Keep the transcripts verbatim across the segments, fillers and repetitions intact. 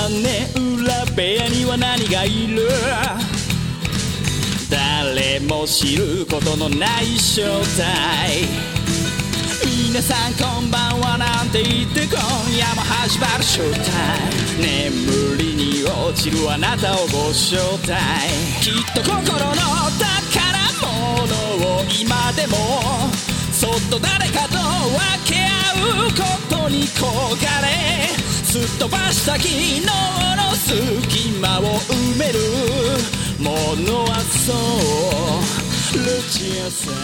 屋根裏部屋には何がいる？誰も知ることのない正体。皆さんこんばんはなんて言って今夜も始まるショータイム。眠りに落ちるあなたをご招待。きっと心の宝物を今でもそっと誰かと分け合うことに焦がれ、すっ飛ばした昨日の隙間を埋めるものはそうルチアさん。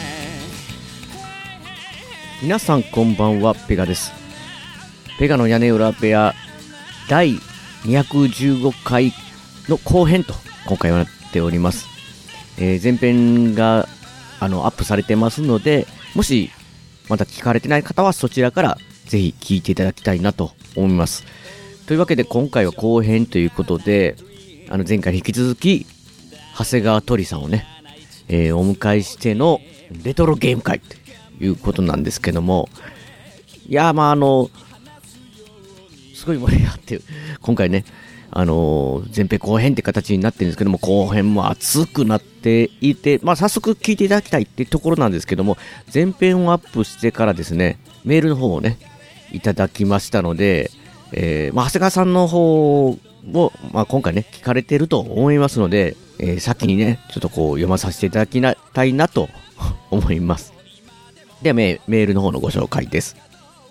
皆さんこんばんは、ペガです。ペガの屋根裏部屋だいにひゃくじゅうごかいの後編と今回はなっております。えー、前編があのアップされてますので、もしまだ聞かれてない方はそちらからぜひ聞いていただきたいなと思います。というわけで今回は後編ということで、あの前回に引き続き長谷川鳥さんをね、えー、お迎えしてのレトロゲーム会ということなんですけども、いやーまああのすごい盛り上がって今回ね、あのー、前編後編って形になってるんですけども、後編も熱くなっていて、まあ早速聞いていただきたいっていうところなんですけども、前編をアップしてからですね、メールの方をねいただきましたので、えーまあ、長谷川さんの方を、まあ、今回ね聞かれていると思いますので、えー、先にねちょっとこう読まさせていただきたいなと思います。では メ, メールの方のご紹介です。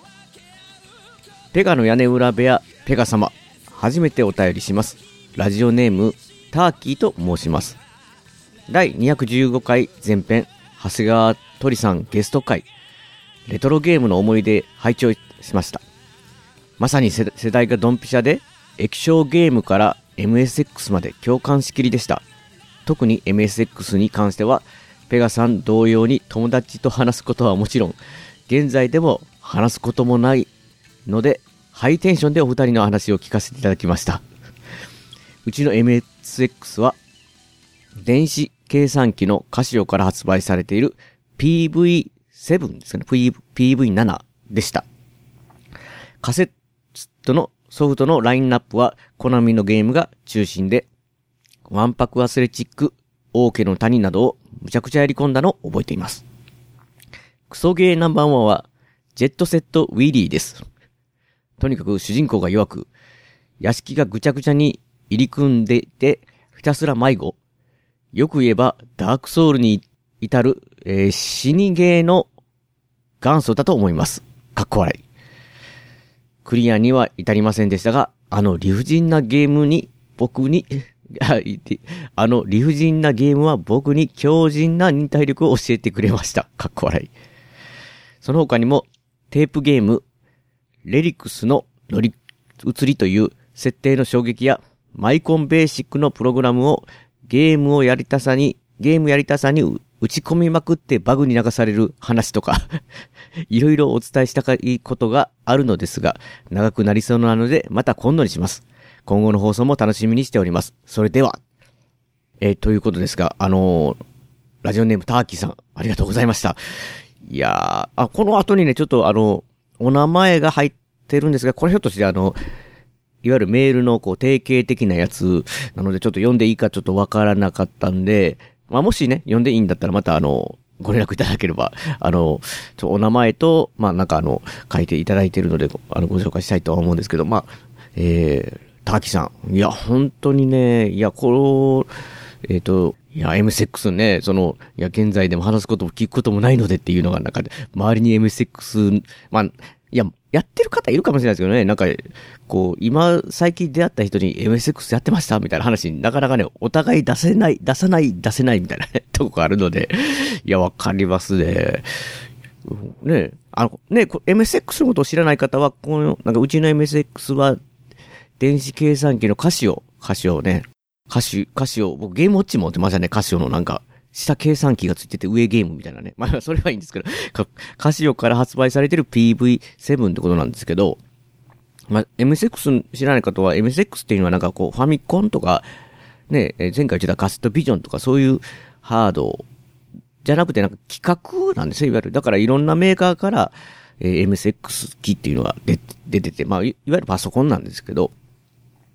ペガの屋根裏部屋、ペガ様、初めてお便りします。ラジオネームターキーと申します。だいにひゃくじゅうごかい前編、長谷川鳥さんゲスト会、レトロゲームの思い出拝聴しました。まさに 世, 世代がドンピシャで、液晶ゲームから エムエスエックス まで共感しきりでした。特に エムエスエックス に関してはペガさん同様に友達と話すことはもちろん、現在でも話すこともないので、ハイテンションでお二人の話を聞かせていただきました。うちの エムエスエックス は電子計算機のカシオから発売されている ピーブイセブン ですかね、ピーブイセブン でした。カセットのソフトのラインナップはコナミのゲームが中心で、ワンパクアスレチック、王家の谷などをむちゃくちゃやり込んだのを覚えています。クソゲーナンバーワンはジェットセットウィリーです。とにかく主人公が弱く、屋敷がぐちゃぐちゃに入り組んでいて、ひたすら迷子。よく言えばダークソウルに至る、えー、死にゲーの元祖だと思います。かっこ笑い。クリアには至りませんでしたが、あの理不尽なゲームに僕にあの理不尽なゲームは僕に強靭な忍耐力を教えてくれました。かっこ笑い。その他にもテープゲームレリクスの乗り移りという設定の衝撃やマイコンベーシックのプログラムをゲームをやりたさにゲームやりたさに打ち込みまくってバグに流される話とかいろいろお伝えしたいことがあるのですが、長くなりそうなのでまた今度にします。今後の放送も楽しみにしております。それでは、えー、ということですが、あのー、ラジオネームターキーさん、ありがとうございました。いやー、あ、この後にね、ちょっとあの、お名前が入ってるんですが、これひょっとしてあの、いわゆるメールのこう定型的なやつなので、ちょっと読んでいいかちょっとわからなかったんで、まあもしね、読んでいいんだったらまたあの、ご連絡いただければ、あの、ちょお名前と、まあなんかあの、書いていただいているので、あの、ご紹介したいとは思うんですけど、まあ、えー、ターキさん。いや、本当にね、いや、この、えっと、いや、エムエスエックス ね、その、いや、現在でも話すことも聞くこともないのでっていうのが、なんか、周りに エムエスエックス、まあ、いや、やってる方いるかもしれないですけどね、なんか、こう、今、最近出会った人に エムエスエックス やってましたみたいな話になかなかね、お互い出せない、出さない、出せないみたいなね、とこがあるので、いや、わかりますね。ね、あの、ね、エムエスエックス のことを知らない方は、この、なんか、うちの エムエスエックス は、電子計算機のカシオ、カシオね、カシ、カシオ、僕ゲームウォッチ持ってましたね、カシオのなんか、下計算機がついてて上ゲームみたいなね。まあ、それはいいんですけど、カシオから発売されてる ピーブイセブン ってことなんですけど、まあ、エムエスエックス 知らない方は、エムエスエックス っていうのはなんかこう、ファミコンとか、ね、前回言ってたカセットビジョンとかそういうハードじゃなくてなんか企画なんですよ、いわゆる。だからいろんなメーカーから、えー、エムエスエックス 機っていうのが出てて、まあ、いわゆるパソコンなんですけど、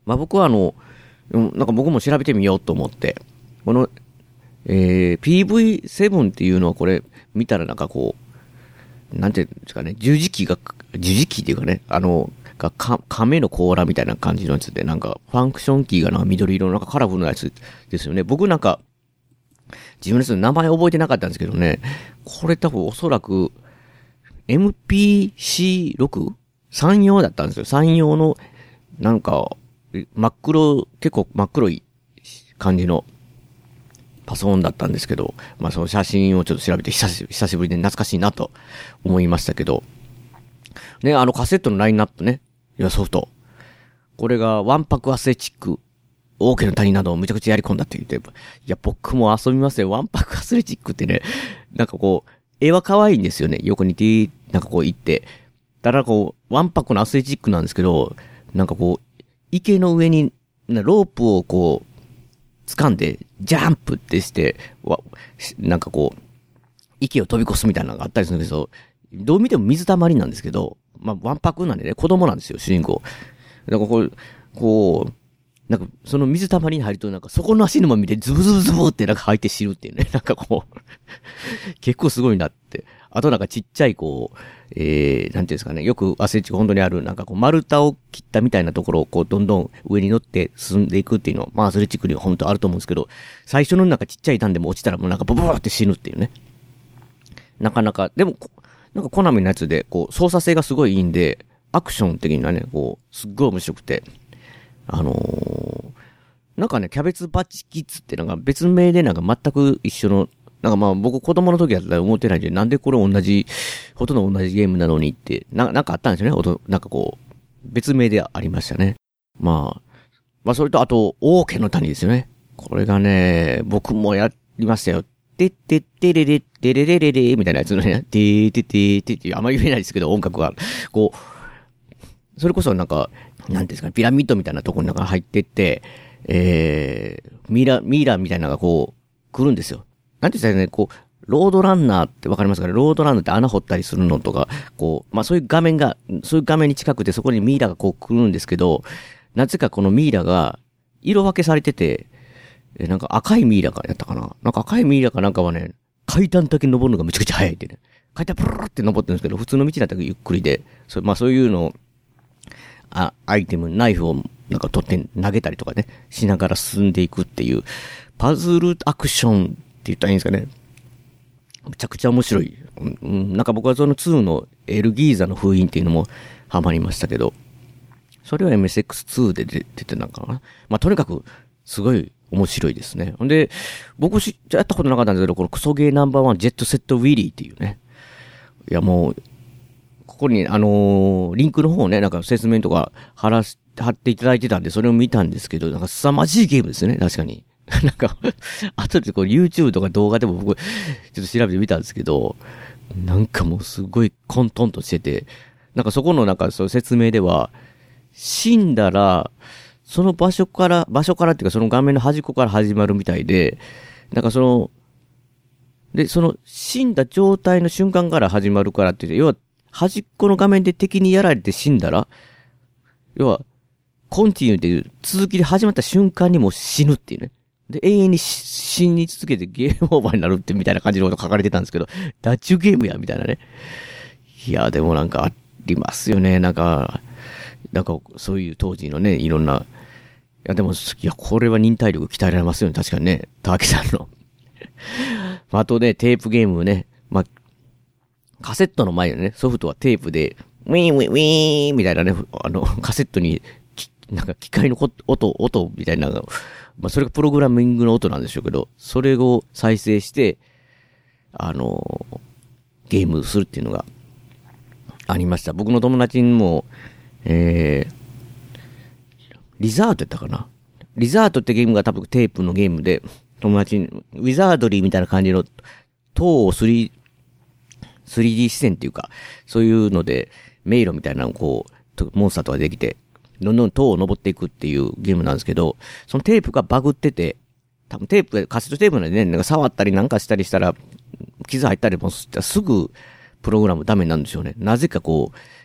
まあ僕はあの、なんか僕も調べてみようと思って、この、えー、ピーブイセブン っていうのはこれ見たらなんかこう、なんていうんですかね、十字キーが、十字キーっていうかね、あの、がか亀の甲羅みたいな感じのやつで、なんかファンクションキーがなんか緑色のなんかカラフルなやつですよね。僕なんか、自分で名前覚えてなかったんですけどね、これ多分おそらく エムピーシーろく？ さん用だったんですよ。さん用の、なんか、真っ黒、結構真っ黒い感じのパソコンだったんですけど、まあその写真をちょっと調べて久し、久しぶりで懐かしいなと思いましたけど、ね、あのカセットのラインナップね、いやソフト。これがワンパクアスレチック、オーケーの谷などをむちゃくちゃやり込んだって言って、いや僕も遊びますよ。ワンパクアスレチックってね、なんかこう、絵は可愛いんですよね。横にティー、なんかこう行って。ただこう、ワンパクのアスレチックなんですけど、なんかこう、池の上にロープをこう掴んでジャンプってしてわなんかこう池を飛び越すみたいなのがあったりするんですけど、どう見ても水たまりなんですけど、まあワンパクなんでね、子供なんですよ主人公。なんかこうこうなんかその水たまりに入るとなんかそこの足のまま見てズブズブズブってなんか吐いて死ぬっていうね、なんかこう結構すごいなって。あとなんかちっちゃいこう、えー、なんていうんですかね、よくアスレチック本当にある、なんかこう丸太を切ったみたいなところをこうどんどん上に乗って進んでいくっていうの、まあアスレチックには本当あると思うんですけど、最初のなんかちっちゃい段でも落ちたらもうなんかブブーって死ぬっていうね。なかなか、でも、なんかコナミのやつでこう操作性がすごいいいんで、アクション的にはね、こう、すっごい面白くて、あのー、なんかね、キャベツバチキッズってなんか別名でなんか全く一緒の、なんかまあ僕子供の時だったら思ってないんで、なんでこれ同じ、ほとんど同じゲームなのにって、な、なんかあったんですよね。なんかこう、別名でありましたね。まあ、まあそれとあと、オーケーの谷ですよね。これがね、僕もやりましたよ。てってってれれってれれれれみたいなやつのね、てーててーてて、あんまり言えないですけど、音楽が、こう、それこそなんか、なんていうんですかね、ピラミッドみたいなところの中に入ってって、えー、ミイラ、ミイラみたいなのがこう、来るんですよ。なんて言ったらね、こう、ロードランナーってわかりますかね？ロードランナーって穴掘ったりするのとか、こう、まあそういう画面が、そういう画面に近くてそこにミイラがこう来るんですけど、なぜかこのミイラが色分けされてて、え、なんか赤いミイラかやったかな？なんか赤いミイラかなんかはね、階段だけ登るのがめちゃくちゃ早いってね。階段プルルって登ってるんですけど、普通の道だったらゆっくりで、そまあそういうのを、あ、アイテム、ナイフをなんか取って投げたりとかね、しながら進んでいくっていう、パズルアクションって言ったらいいんですかね。めちゃくちゃ面白い。うん、なんか僕はそのツーのエルギーザの封印っていうのもハマりましたけど、それは エムエスエックスツー で出てたのかな。まあとにかく、すごい面白いですね。ほんで、僕し、やったことなかったんですけど、このクソゲーナンバーワンジェットセットウィリーっていうね。いやもう、ここに、あのー、リンクの方ね、なんか説明とか貼らし、貼っていただいてたんで、それを見たんですけど、なんか凄まじいゲームですね、確かに。なんか、後でこう YouTube とか動画でも僕、ちょっと調べてみたんですけど、なんかもうすごい混沌としてて、なんかそこのなんかその説明では、死んだら、その場所から、場所からっていうかその画面の端っこから始まるみたいで、なんかその、で、その死んだ状態の瞬間から始まるからって言って、要は端っこの画面で敵にやられて死んだら、要は、コンティニューっていう続きで始まった瞬間にもう死ぬっていうね。で、永遠に死に続けてゲームオーバーになるってみたいな感じのこと書かれてたんですけど、ダッチュゲームや、みたいなね。いや、でもなんかありますよね。なんか、なんかそういう当時のね、いろんな、いや、でも、いや、これは忍耐力鍛えられますよね。確かにね。高木さんの。あとね、テープゲームね。まあ、カセットの前のね、ソフトはテープで、ウィーンウィーンウィーンみたいなね、あの、カセットに、なんか機械の音、音みたいな、まあそれがプログラミングの音なんでしょうけど、それを再生して、あのー、ゲームするっていうのがありました。僕の友達にも、えー、リザートやったかな。リザートってゲームが多分テープのゲームで、友達に、ウィザードリーみたいな感じの、塔を スリーディー 視線っていうか、そういうので、迷路みたいなのをこう、モンスターとかできて、どんどん塔を登っていくっていうゲームなんですけど、そのテープがバグってて、多分テープ、カセットテープなんでね、なんか触ったりなんかしたりしたら、傷入ったりもすぐプログラムダメなんでしょうね。なぜかこう、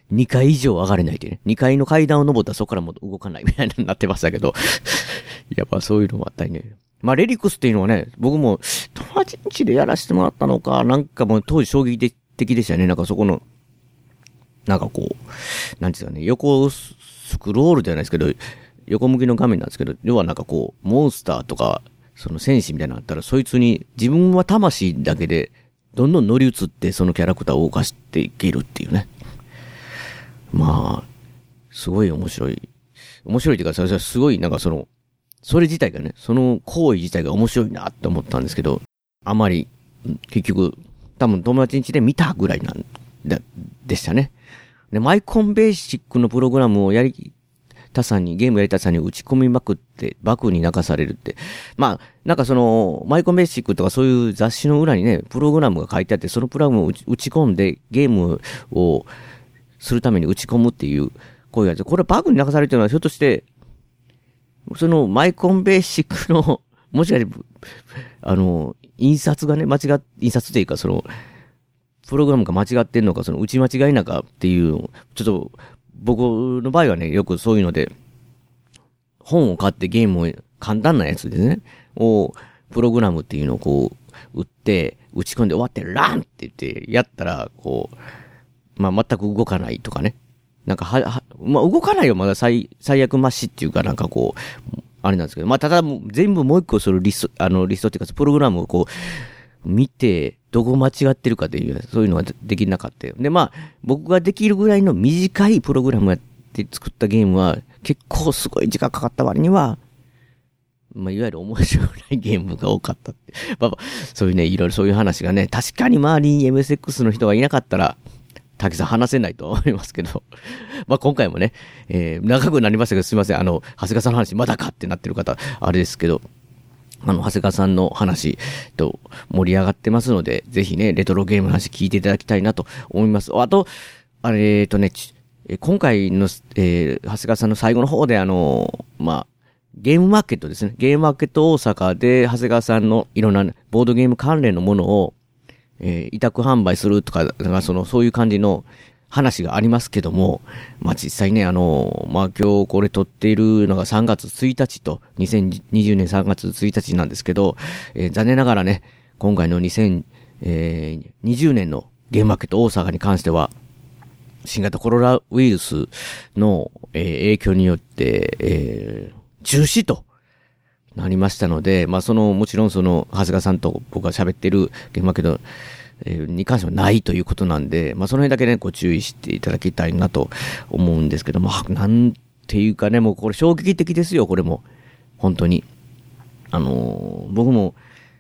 にかい以上上がれないというね。にかいの階段を登ったらそこからもう動かないみたいになってましたけど。やっぱそういうのもあったりね。まあ、レリクスっていうのはね、僕も友達ん家でやらせてもらったのか、なんかもう当時衝撃的でしたね。なんかそこの、なんかこう、なんですかね、横スクロールじゃないですけど、横向きの画面なんですけど、要はなんかこう、モンスターとか、その戦士みたいなのあったら、そいつに自分は魂だけで、どんどん乗り移ってそのキャラクターを動かしていけるっていうね。まあ、すごい面白い。面白いっていうか、それすごいなんかその、それ自体がね、その行為自体が面白いなって思ったんですけど、あまり、結局、多分友達ん家で見たぐらいなんだ、でしたね。で、マイコンベーシックのプログラムをやりたさんに、ゲームやりたさんに打ち込みまくって、バクに泣かされるって。まあ、なんかその、マイコンベーシックとかそういう雑誌の裏にね、プログラムが書いてあって、そのプログラムを打ち、打ち込んで、ゲームをするために打ち込むっていう行為があって、これバクに泣かされるっていうのは、ひょっとして、そのマイコンベーシックの、もしかして、あの、印刷がね、間違っ、印刷っていうか、その、プログラムが間違ってんのか、その打ち間違いなかっていう、ちょっと、僕の場合はね、よくそういうので、本を買ってゲームを、簡単なやつですね、を、プログラムっていうのをこう、打って、打ち込んで終わって、ランって言って、やったら、こう、まあ、全く動かないとかね。なんかは、は、まあ、動かないよ、まだ最、最悪マシっていうか、なんかこう、あれなんですけど、まあ、ただ、全部もう一個そのリスト、あの、リストっていうか、プログラムをこう、見て、どこ間違ってるかっていう、そういうのができなかったよ。で、まあ、僕ができるぐらいの短いプログラムやって作ったゲームは、結構すごい時間かかった割には、まあ、いわゆる面白くないゲームが多かったって。まあ、そういうね、いろいろそういう話がね、確かに周りに エムエスエックス の人がいなかったら、滝さん話せないと思いますけど。まあ今回もね、えー、長くなりましたけど、すいません。あの、長谷川さんの話まだかってなってる方、あれですけど、あの、長谷川さんの話と盛り上がってますので、ぜひね、レトロゲームの話聞いていただきたいなと思います。あと、あれ、えっとね、今回の、えー、長谷川さんの最後の方で、あの、まあ、ゲームマーケットですね。ゲームマーケット大阪で、長谷川さんのいろんなボードゲーム関連のものを、えー、委託販売するとか、なんかその、そういう感じの話がありますけども、まあ、実際ね、あの、まあ、今日これ撮っているのがさんがつついたちと、にせんにじゅうねんさんがつついたちなんですけど、えー、残念ながらね、今回のにせんにじゅうねんのゲームマーケット大阪に関しては、新型コロナウイルスの、えー、影響によって、えー、中止となりましたので、まあ、その、もちろんその、長谷川さんと僕が喋ってるゲームマーケット、えー、に関してはないということなんで、まあ、その辺だけね、ご注意していただきたいなと思うんですけども、なんていうかね、もうこれ衝撃的ですよ、これも。本当に。あのー、僕も、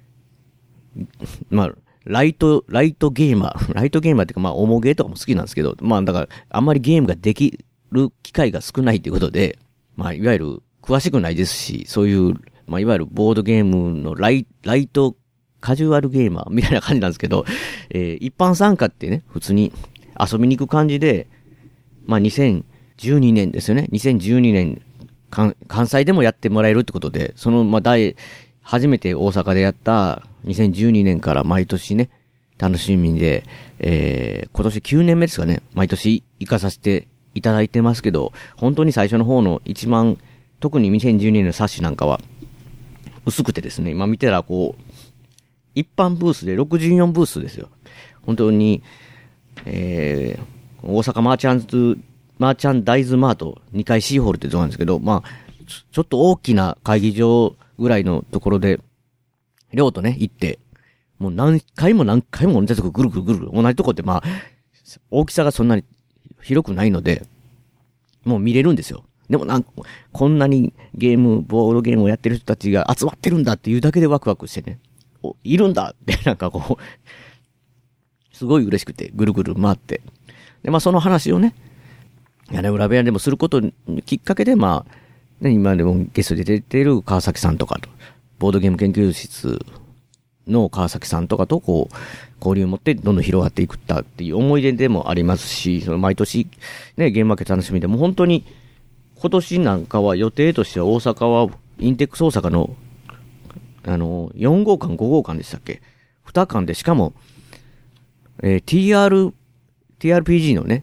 まあ、ライト、ライトゲーマー、ライトゲーマーっていうか、まあ、重ゲーとかも好きなんですけど、まあ、だから、あんまりゲームができる機会が少ないということで、まあ、いわゆる、詳しくないですし、そういう、まあ、いわゆるボードゲームのライ、ライト、カジュアルゲーマーみたいな感じなんですけど、えー、一般参加ってね、普通に遊びに行く感じで、まあ、にせんじゅうにねんですよね。にせんじゅうにねん、関西でもやってもらえるってことで、その、まあ、第、初めて大阪でやったにせんじゅうにねんから毎年ね、楽しみで、えー、今年きゅうねんめですかね、毎年行かさせていただいてますけど、本当に最初の方の一番、特ににせんじゅうにねんの冊子なんかは、薄くてですね、今見てたらこう、一般ブースでろくじゅうよんブースですよ。本当に、えー、大阪マーチャンズ、マーチャンダイズマートにかい C ホールってとこなんですけど、まあ、ちょっと大きな会議場ぐらいのところで、寮とね、行って、もう何回も何回も同じとこぐるぐるぐるぐる、同じとこってまあ、大きさがそんなに広くないので、もう見れるんですよ。でもなんか、こんなにゲーム、ボードゲームをやってる人たちが集まってるんだっていうだけでワクワクしてね、お、いるんだってなんかこう、すごい嬉しくて、ぐるぐる回って。で、まあその話をね、屋根裏部屋でもすることにきっかけで、まあ、ね、今でもゲストで出ている川崎さんとかと、ボードゲーム研究室の川崎さんとかとこう、交流を持ってどんどん広がっていくったっていう思い出でもありますし、その毎年ね、ゲームマーケット楽しみでも本当に、今年なんかは予定としては大阪はインテックス大阪のあのよん号館ご号館でしたっけ、に館でしかも、えー、ティーアール ティーアールピージー のね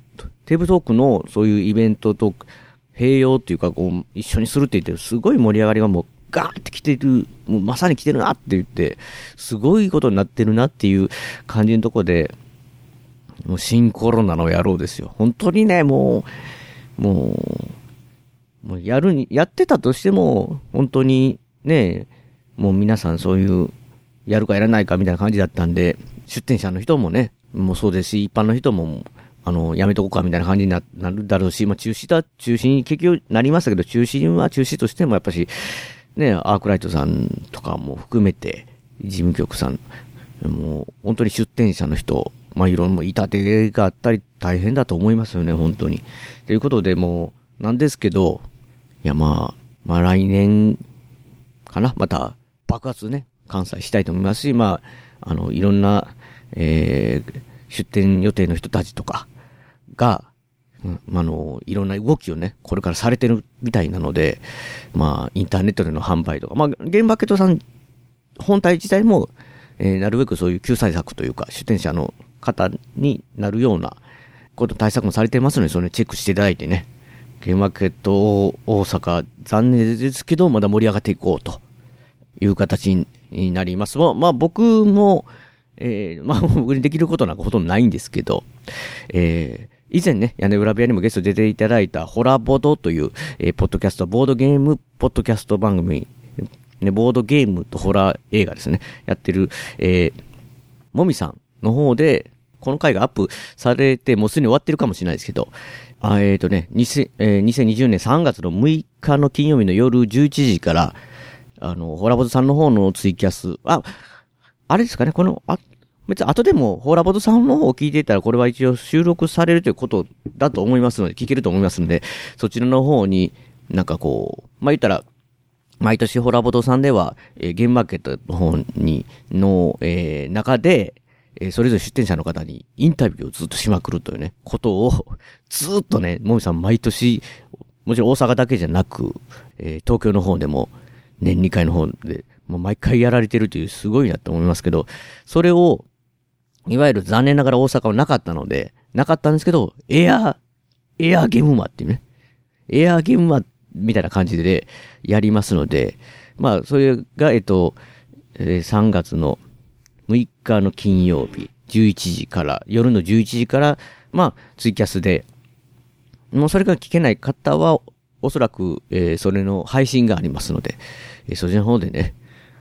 テーブルトークのそういうイベントと併用っていうか、こう、一緒にするって言って、すごい盛り上がりがもう、ガーって来てる、もうまさに来てるなって言って、すごいことになってるなっていう感じのとこで、もう新コロナの野郎ですよ。本当にね、もう、もう、もうやるに、やってたとしても、本当にね、もう皆さんそういう、やるかやらないかみたいな感じだったんで、出店者の人もね、もうそうですし、一般の人も、あの、やめとこうかみたいな感じに な, なるだろうし、まあ中止だ、中止に結局なりましたけど、中止は中止としてもやっぱし、ね、アークライトさんとかも含めて、事務局さん、もう本当に出店者の人、まあいろんな痛手があったり大変だと思いますよね、本当に。ということでもう、なんですけど、いやまあ、まあ来年かな、また爆発ね、関西したいと思いますし、まあ、あの、いろんな、えー、出店予定の人たちとかが、うん、あの、いろんな動きをね、これからされてるみたいなので、まあ、インターネットでの販売とか、まあ、ゲームマーケットさん本体自体も、えー、なるべくそういう救済策というか、出店者の方になるようなこと対策もされてますので、それチェックしていただいてね、ゲームマーケット大阪、残念ですけど、まだ盛り上がっていこうという形になります。まあ、まあ、僕も、えー、まあ、僕にできることなんかほとんどないんですけど、えー、以前ね、屋根裏部屋にもゲスト出ていただいたホラボドという、えー、ポッドキャスト、ボードゲームポッドキャスト番組、ね、ボードゲームとホラー映画ですね、やってる、えー、もみさんの方で、この回がアップされて、もうすでに終わってるかもしれないですけど、あえーとね、にせんにじゅうねんさんがつのむいかの金曜日の夜じゅういちじから、あの、ホラボドさんの方のツイキャス、あ、あれですかね、この、あ、別に後でも、ホラボドさんの方を聞いていたら、これは一応収録されるということだと思いますので、聞けると思いますので、そちらの方に、なんかこう、まあ、言ったら、毎年ホラボドさんでは、えー、ゲームマーケットの方に、の、えー、中で、えー、それぞれ出店者の方にインタビューをずっとしまくるというね、ことを、ずっとね、もみさん毎年、もちろん大阪だけじゃなく、えー、東京の方でも、年にかいの方で、もう毎回やられてるというすごいなと思いますけど、それを、いわゆる残念ながら大阪はなかったので、なかったんですけど、エアー、エアーゲームマっていうね、エアーゲームマみたいな感じでやりますので、まあ、それが、えっと、えー、さんがつのむいかの金曜日、じゅういちじから、夜のじゅういちじから、まあ、ツイキャスで、もうそれが聞けない方は、おそらく、えー、それの配信がありますので、えー、そちらの方でね、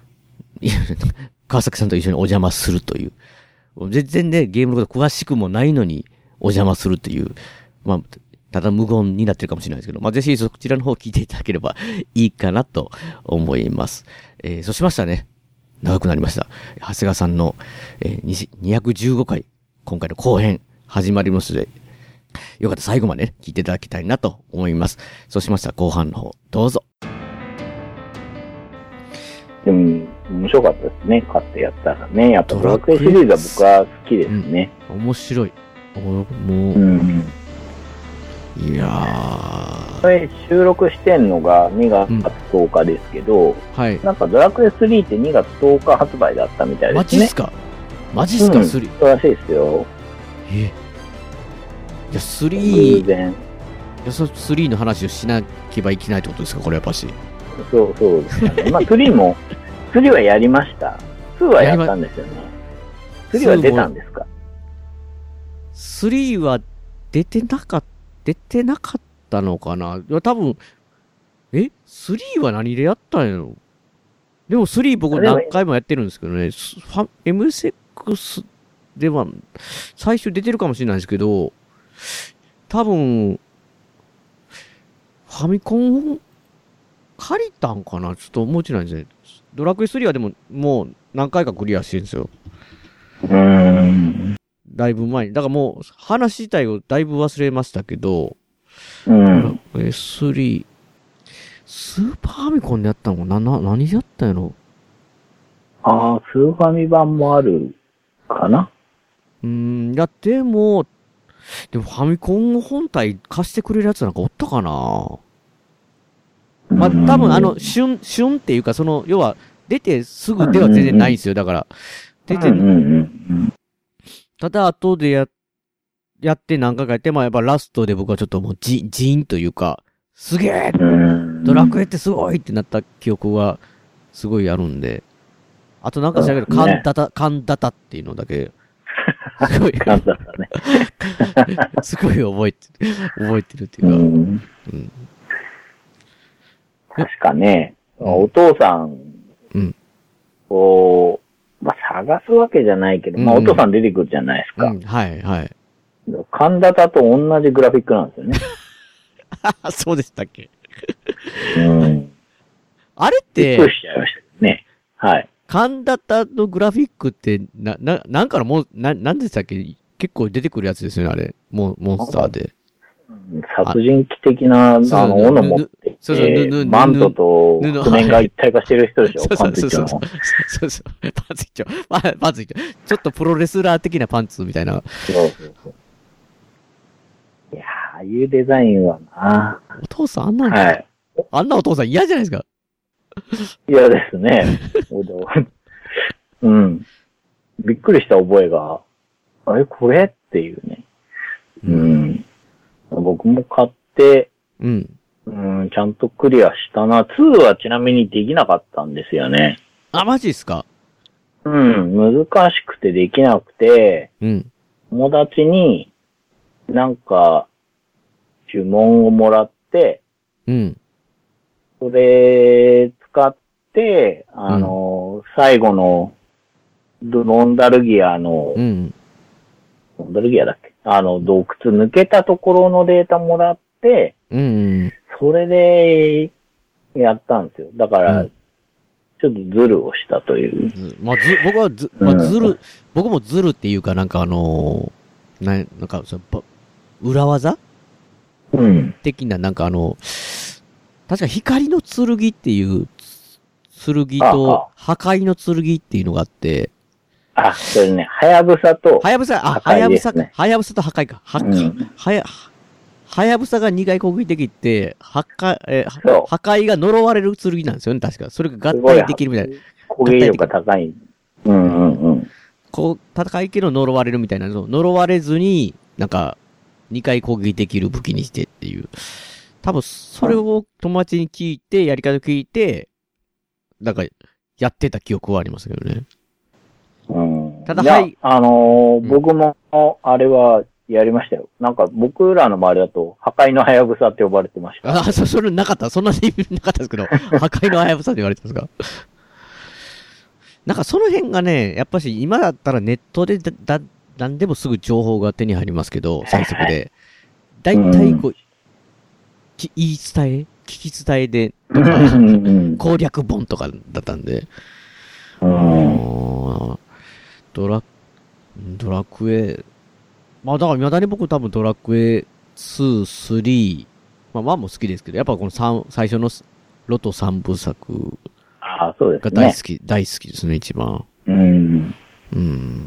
川崎さんと一緒にお邪魔するという、全然ね、ゲームのこと詳しくもないのにお邪魔するという、まあ、ただ無言になってるかもしれないですけど、まあ、ぜひそちらの方を聞いていただければいいかなと思います。えー、そうしましたね。長くなりました。長谷川さんの、えー、にひゃくじゅうごかい、今回の後編始まりますので、よかったら最後まで、ね、聞いていただきたいなと思います。そうしましたら後半の方、どうぞ。 でも、面白かったですね。買ってやったらね。やっぱドラクエシリーズは僕は好きですね。 うん、面白い。もう、 うん、 いやー。 これ収録してんのがにがつとおかですけど、うん、 はい。 なんかドラクエスリーってにがつとおか発売だったみたいですね。 マジっすかマジっすか、 うん、 スリー。 そうらしいですよ。 えいや、スリー。 偶然。 いや、そ、スリーの話をしなければいけないってことですか、これやっぱし。 そう、そうですかね。まあ、スリーも、スリーはやりました。ツーはやったんですよね。スリーは出たんですか？ スリーは出てなかった、出てなかったのかな。いや、多分、え ?スリー は何でやったんやろ？でもスリー僕何回もやってるんですけどね、エムエスエックス では最初出てるかもしれないですけど、多分、ファミコン借りたんかなちょっと思いつないですね。ドラクエスリーはでももう何回かクリアしてるんですよ。 うーん。 だいぶ前に。だからもう話自体をだいぶ忘れましたけど、 うん。 ドラクエスリー、スーパーファミコンでやったのな、な、何でやったんやろ？ ああ、スーファミ版もあるかな？ うーん、いや、でも、でもファミコン本体貸してくれるやつなんかおったかな？まあ、多分あの、旬、旬っていうか、その、要は、出てすぐでは全然ないんですよ。だから、出て、ただ後でや、 やって何回かやって、まあやっぱラストで僕はちょっともうジジーンというか、すげえドラクエってすごいってなった記憶はすごいあるんで、あとなんかしらけど、カンダタ、カンダタっていうのだけ、すごい、 カンダタね。 すごい覚えて、覚えてるっていうか、うんうん、 確かね、お父さんを、まあ、探すわけじゃないけど、まあ、お父さん出てくるじゃないですか。 うんうん、はい、はい。 カンダタと同じグラフィックなんですよね。 そうでしたっけ、 うん、 あれって、 びっくりしちゃいましたね。はい。 カンダタのグラフィックって、な、な、なんからもう、な、なんでしたっけ、結構出てくるやつですよね、あれ。モン、モンスターで。 殺人鬼的な、あの、斧持ってそうそう、 マントと譜面が一体化してる人でしょ、パンツ一丁の。 そうそう、パンツ一丁。パンツ一丁。ちょっとプロレスラー的なパンツみたいな。 そうそうそう。いやー、ああいうデザインはな。 お父さんあんなん、はい、あんなお父さん嫌じゃないですか。 嫌ですね。うん。びっくりした覚えが、あれこれっていうね。うん。僕も買って、 うん。 うん、ちゃんとクリアしたな。ツーはちなみにできなかったんですよね。 あ、マジっすか？ うん、難しくてできなくて、 うん。 友達になんか呪文をもらって、 うん。 それ使って、あの、うん、最後のロンダルギアの、 うん、 ロンダルギアだっけ？あの、洞窟抜けたところのデータもらって、 うんうん、 それでやったんですよ。だから、うん、ちょっとズルをしたという。 まあ、ず、僕はず、まあ、ズル、うん、僕もズルっていうかなんかあのー、な、なんか、その、裏技うん。 的な、なんかあの、確か光の剣っていう、剣と破壊の剣っていうのがあって、 あ、それね、はやぶさと、 はやぶさ、あ、はやぶさか、はやぶさと破壊か。は、うん、はや、はやぶさがにかい攻撃できて、破壊、えー、破壊が呪われる剣なんですよね、確か。それが合体できるみたいな。 攻撃力が高い。うんうんうん。 こう、戦いけど呪われるみたいなの。呪われずに、なんか、にかい攻撃できる武器にしてっていう。多分、それを友達に聞いて、やり方聞いて、なんか、やってた記憶はありますけどね。 うん。 ただ、はい。 あのーうん、僕も、あれは、やりましたよ。なんか、僕らの周りだと、破壊のハヤブサって呼ばれてました。 あ、そ、それなかった。そんなになかったですけど、破壊のハヤブサって言われてますか。なんか、その辺がね、やっぱし、今だったらネットでだ、だ、なんでもすぐ情報が手に入りますけど、最速で。だいたいこう、き言い伝え聞き伝えで、とか、攻略本とかだったんで。 うん、 ドラ、ドラクエ、まあだから未だに僕多分ドラクエツー、スリー、まあワンも好きですけど、やっぱこのさん最初のロトさんぶさくが大好き、ね、大好きですね、一番。 うん。 うん。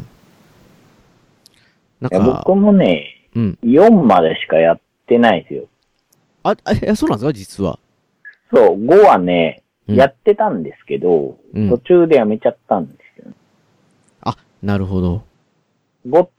なんか僕もね、うん、よんまでしかやってないですよ。 あ、あ、そうなんですか、実は。 そう、ごはね、うん、やってたんですけど、うん、途中でやめちゃったんですよ、ね。 あ、なるほど。 ごって、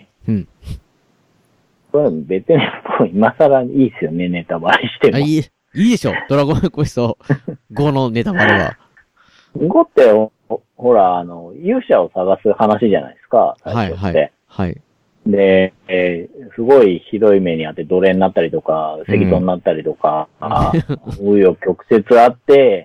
うん。 これ別にもう今更いいですよね、ネタバレしても。 あ、いい、いいでしょ、ドラゴンクエストごのネタバレは。 ごってほ、ほら、あの、勇者を探す話じゃないですか、最初って。はい、はい。 はい。 で、えー、すごいひどい目にあって奴隷になったりとか、石刀になったりとか、紆余曲折あって、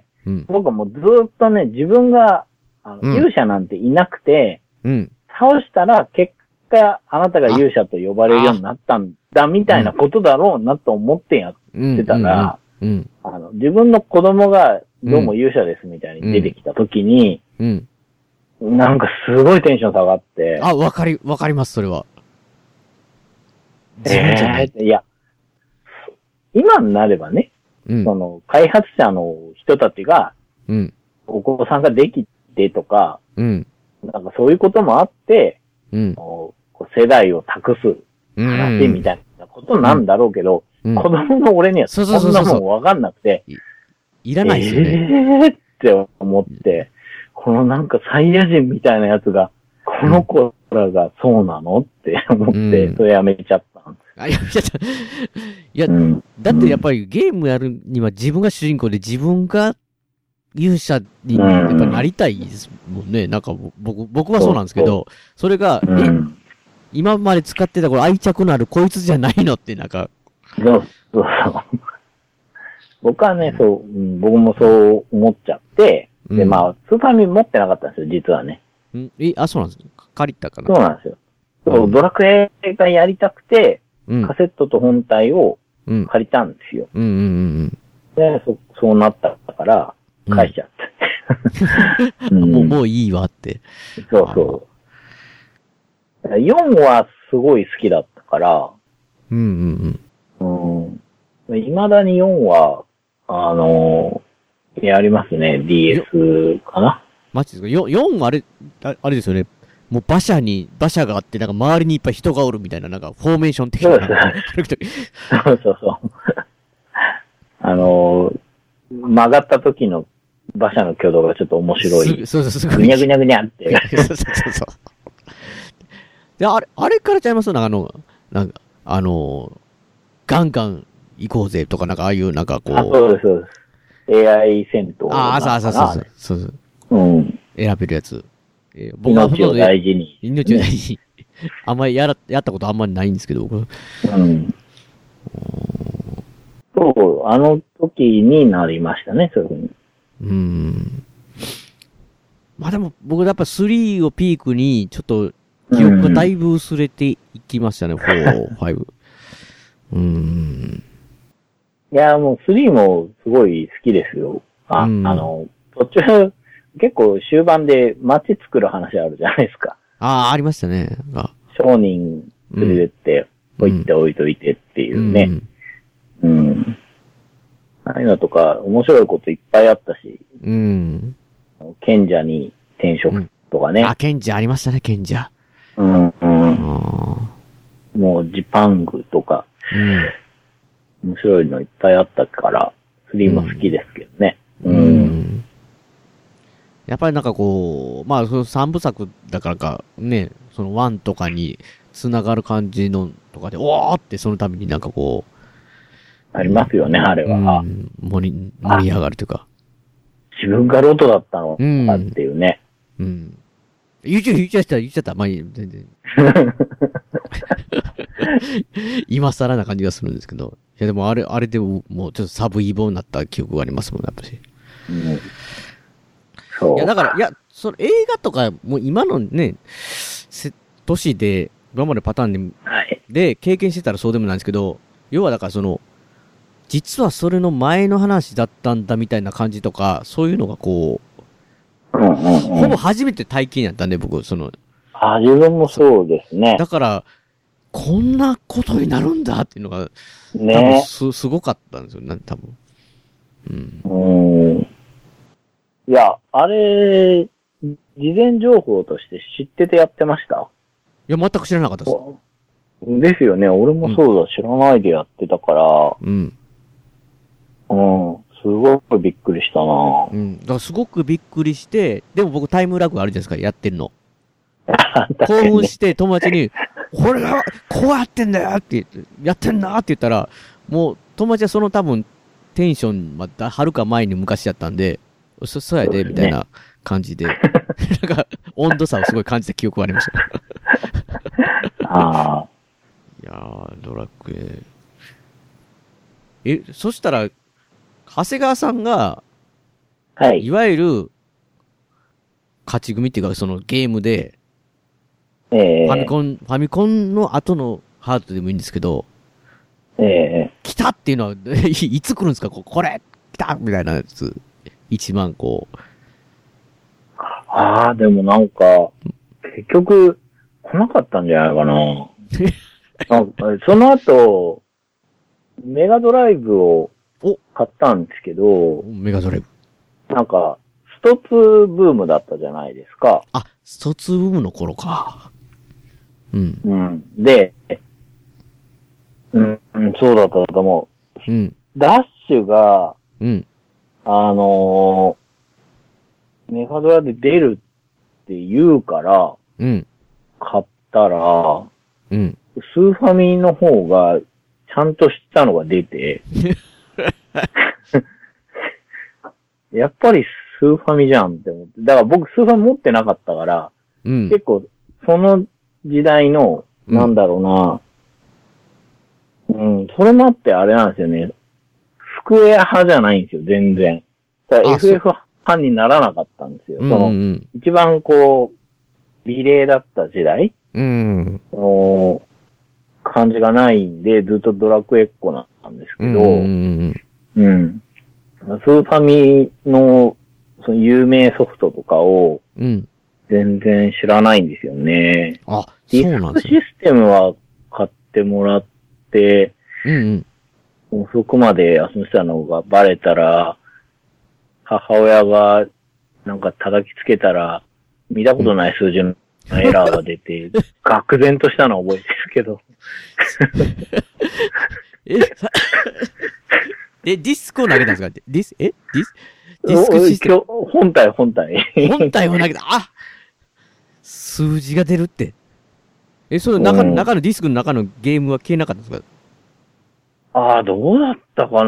うん、僕はもうずっとね、自分が、あの、うん、勇者なんていなくて、 うん、 倒したら結果、あなたが勇者と呼ばれるようになったんだ、みたいなことだろうなと思ってやってたら、あの、自分の子供がどうも勇者ですみたいに出てきたときに、 うんうん、なんかすごいテンション下がって。 あ、わかり、わかります、それは。 えー、いや、今になればね、うん、その、開発者の人たちが、 うん、 お子さんができてとか、 うん、 なんかそういうこともあって、 うん、 世代を託す話みたいなことなんだろうけど、うん、子供の俺にはそんなもんわかんなくて、 い, いらないですよね。 えーって思って、このなんかサイヤ人みたいなやつが、 この子らがそうなのって思って、うん、それやめちゃったんです。 あ、やめちゃった。いや、うん、だってやっぱりゲームやるには自分が主人公で自分が勇者にやっぱりなりたいですもんね。うん、なんか僕、僕はそうなんですけど、そうそうそれが、うん、え、今まで使ってたこれ愛着のあるこいつじゃないのってなんか。 そうそうそう。僕はね、そう、うん、僕もそう思っちゃって、うん、で、まあ、スーファミ持ってなかったんですよ、実はね。 んえ、あ、そうなんですか借りたかなそうなんですよ。そう、うん、ドラクエがやりたくて、うん、カセットと本体を借りたんですよ。 うんうんうんうん、 で、そ、そうなったから、返しちゃった。 うん、もう、もういいわって。 そうそう。よんはすごい好きだったから、 うんうんうん。 うん。未だによんは、あのー、やりますね。ディーエス かな。 マジですか ?よん、よんあれ、ああれですよね。もう馬車に、馬車があって、なんか周りにいっぱい人がおるみたいな、なんかフォーメーション的な。 そうそうそう。あのー、曲がった時の馬車の挙動がちょっと面白い。 そうそうそう。ぐにゃぐにゃぐにゃって。 そうそうそうそう。で、あれ、あれからちゃいますなんかあの、なんか、あのー、ガンガン行こうぜとか、なんかああいうなんかこう。 あ、そうです、そうです。エーアイ 戦闘。 ああ、そうそうそうそうそう。 うん。 選べるやつ。 えー、僕は命を大事に。 命を大事に。あんまりやら、やったことあんまりないんですけど、僕。 うん。そう、あの時になりましたね、そういうふうに。 うーん。まあでも、僕やっぱスリーをピークに、ちょっと、記憶がだいぶ薄れていきましたね、うん、フォー、ファイブ。うーん。 いや、もうスリーもすごい好きですよ。あ、うん、あの、途中、結構終盤で街作る話あるじゃないですか。 ああ、ありましたね。 商人連れてって、ポイって置いといてっていうね。うん。うん、ああいうのとか、面白いこといっぱいあったし。 うん。 賢者に転職とかね。うん、 あ、賢者ありましたね、賢者。 うん、うん。もうジパングとか。うん。面白いのいっぱいあったから、スリーも好きですけどね。うん。うんやっぱりなんかこう、まあ、その三部作だからか、ね、そのワンとかに繋がる感じのとかで、おーってそのためになんかこう。ありますよね、あれは。 うん、盛り、盛り上がるというか。 自分がロトだったのかっていうね。 うん。うん、言っちゃ言っちゃった、言っちゃった。まあいい、全然。今更な感じがするんですけど。いやでもあれ、あれでももうちょっとサブイボになった記憶がありますもんね、やっぱり。 うんそういや、だから、いや、その映画とか、もう今のね、年で、今までパターンで、 はい、 で、経験してたらそうでもないんですけど、要はだからその、実はそれの前の話だったんだみたいな感じとか、そういうのがこう、うんうんうん、 ほぼ初めて体験やったんで、僕、その。 あ、自分もそうですね。 だから、こんなことになるんだっていうのが、 ね、 多分す、すごかったんですよね、多分。 うん。うんいや、あれ、事前情報として知っててやってました？ いや、全く知らなかったです。 ですよね。俺もそうだ、うん、知らないでやってたから。 うん。 うん。すごくびっくりしたなうん。だからすごくびっくりして、でも僕タイムラグあるじゃないですか、やってるの。興奮して友達に、これが、こうやってんだよって言って、やってんなって言ったら、もう友達はその多分テンション、また、はるか前に昔やったんで、そ、そうやで、みたいな感じで。なんか、温度差をすごい感じた記憶がありました。 ああ。 いやー、ドラクエ。え、そしたら、長谷川さんが、 はい。 いわゆる、勝ち組っていうか、そのゲームで、 ええー。 ファミコン、ファミコンの後のハードでもいいんですけど、 ええー。 来たっていうのは、いつ来るんですかこれ来たみたいなやつ。一番こう。 ああ、でもなんか、結局、来なかったんじゃないかな。なんかその後、メガドライブを買ったんですけど、 メガドライブ。 なんか、ストツーブームだったじゃないですか。 あ、ストツーブームの頃か。うん。 うん。で、うん、うん、そうだったと思う。うん。 ダッシュが、 うん。 あのー、メガドラで出るって言うから、 うん。 買ったら、 うん。 スーファミの方が、ちゃんとしたのが出て、やっぱりスーファミじゃんって思って。だから僕スーファミ持ってなかったから、 うん、 結構、その時代の、なんだろうな、うん、うん、それもあってあれなんですよね。スクエア派じゃないんですよ、全然。だから エフエフ 派にならなかったんですよ。その、うんうん、一番こう、美麗だった時代、 うん、 の感じがないんで、ずっとドラクエっ子なんですけど、うん、うん、スーファミの、その有名ソフトとかを、全然知らないんですよね。 うん、あ、そうなんですね。 ディスクシステムは買ってもらって、 うんうん、遅くまで遊んでたのがバレたら、母親がなんか叩きつけたら、見たことない数字のエラーが出て、愕然としたのは覚えてるけど。 え、え、ディスクを投げたんですか？ディス、えディス、ディスクシステム。 本体、本体。 本体を投げた。あ、数字が出るって。え、その中の、うん、中のディスクの中のゲームは消えなかったんですか？ ああ、どうだったか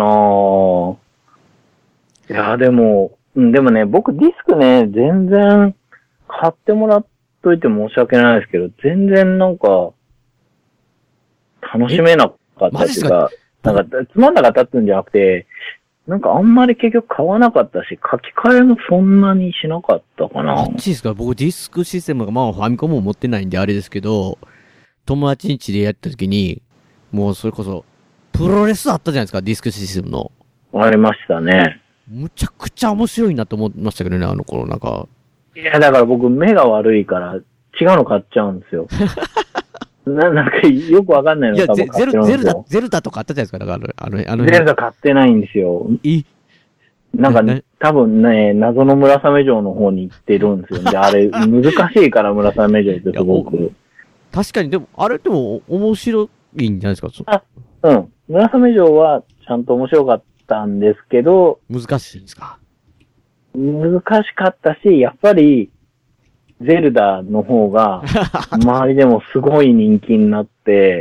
ないや、でも、でもね、僕ディスクね、全然買ってもらっといて申し訳ないですけど、全然なんか、楽しめなかったっていうか、なんか、つまんなかったっていうんじゃなくて、なんかあんまり結局買わなかったし、書き換えもそんなにしなかったかな。 あっちですか？僕ディスクシステムがまあファミコンも持ってないんであれですけど、友達ん家でやった時に、もうそれこそ、プロレスあったじゃないですか、ディスクシステムの。 ありましたね。 むちゃくちゃ面白いなと思いましたけどね、あの頃なんか。 いや、だから僕目が悪いから違うの買っちゃうんですよ。な、なんかよくわかんないの多分買ってるんですよ。いや、ゼル、ゼルダ、 ゼルダとかあったじゃないですか、だからあの、あの、 ゼルダ買ってないんですよ。 いなんか、ね、多分ね、謎の村雨城の方に行ってるんですよ。で、あれ、難しいから村雨城ってすごく。 確かに、でも、あれでも面白いんじゃないですか？ あ、うん。村雨城はちゃんと面白かったんですけど、 難しいんですか？ 難しかったし、やっぱり、ゼルダの方が、周りでもすごい人気になって、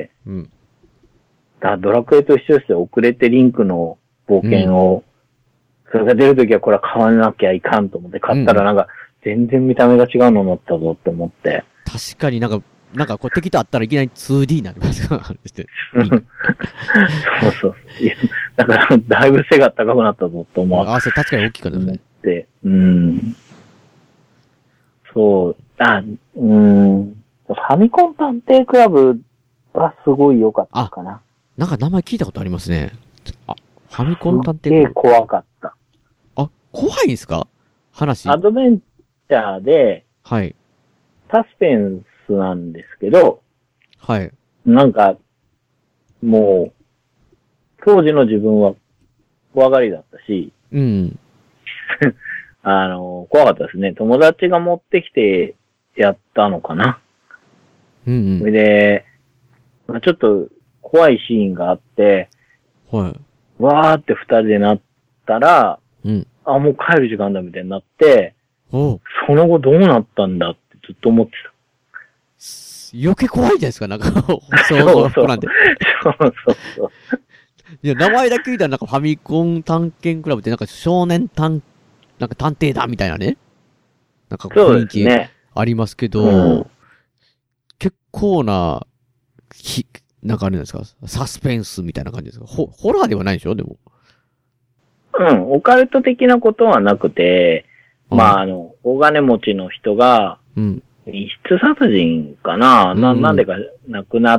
うん、だドラクエと一緒ですよ。遅れてリンクの冒険を、うん、それが出るときはこれは買わなきゃいかんと思って買ったらなんか、全然見た目が違うのになったぞって思って。 確かになんか、なんかこう敵と会ったらいきなり ツーディー になりますよ。 そうそう。だから、だいぶ背が高くなったぞと思って。 ああ、それ確かに大きかったですね。 で、うん。そう、あ、うん。ファミコン探偵クラブはすごい良かったかな。 なんか名前聞いたことありますね。あ、ファミコン探偵クラブ。 すっげえ怖かった。 あ、怖いんですか？話。 アドベンチャーで、 はい。 サスペンスなんですけど、 はい。 なんか、もう、当時の自分は怖がりだったし、 うん。 あの、怖かったですね。友達が持ってきてやったのかな。 うんうん。 それで、まあ、ちょっと怖いシーンがあって、 はい。 わーって二人でなったら、 うん。 あ、もう帰る時間だみたいになって、 おその後どうなったんだってずっと思ってた。 余計怖いじゃないですか、なんか、そうそうそう。 なんで。 そうそうそう。 いや、名前だけ聞いたらなんかファミコン探検クラブってなんか少年探、なんか探偵だみたいなね。なんか雰囲気ありますけど、ね、うん、結構な、ひ、なんかあれなんですか、サスペンスみたいな感じですか？ホ、ホラーではないでしょでも。 うん、オカルト的なことはなくて、うん、まあ、あの、大金持ちの人が、 うん。 密室殺人かな、うん、な、なんでか亡くなって、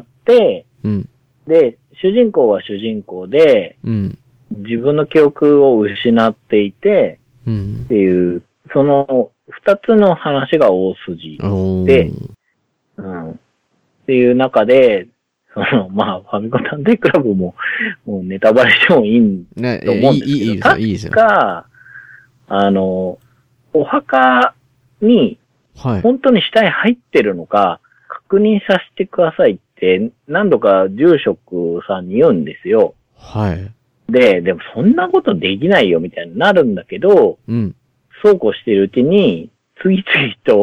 うん、で、 主人公は主人公で、 うん、 自分の記憶を失っていて、 うん、 っていう、その二つの話が大筋で、うん、っていう中で、その、まあ、ファミコン探偵クラブも、もうネタバレしてもいいんね、 と思うんですけど、 いい、いい、いいですよ、いいですよ。 確か、あの、お墓に、 はい、 本当に死体入ってるのか、確認させてくださいって何度か住職さんに言うんですよ。 はい。 で、でもそんなことできないよみたいになるんだけど、 うん。 そうこうしているうちに、次々と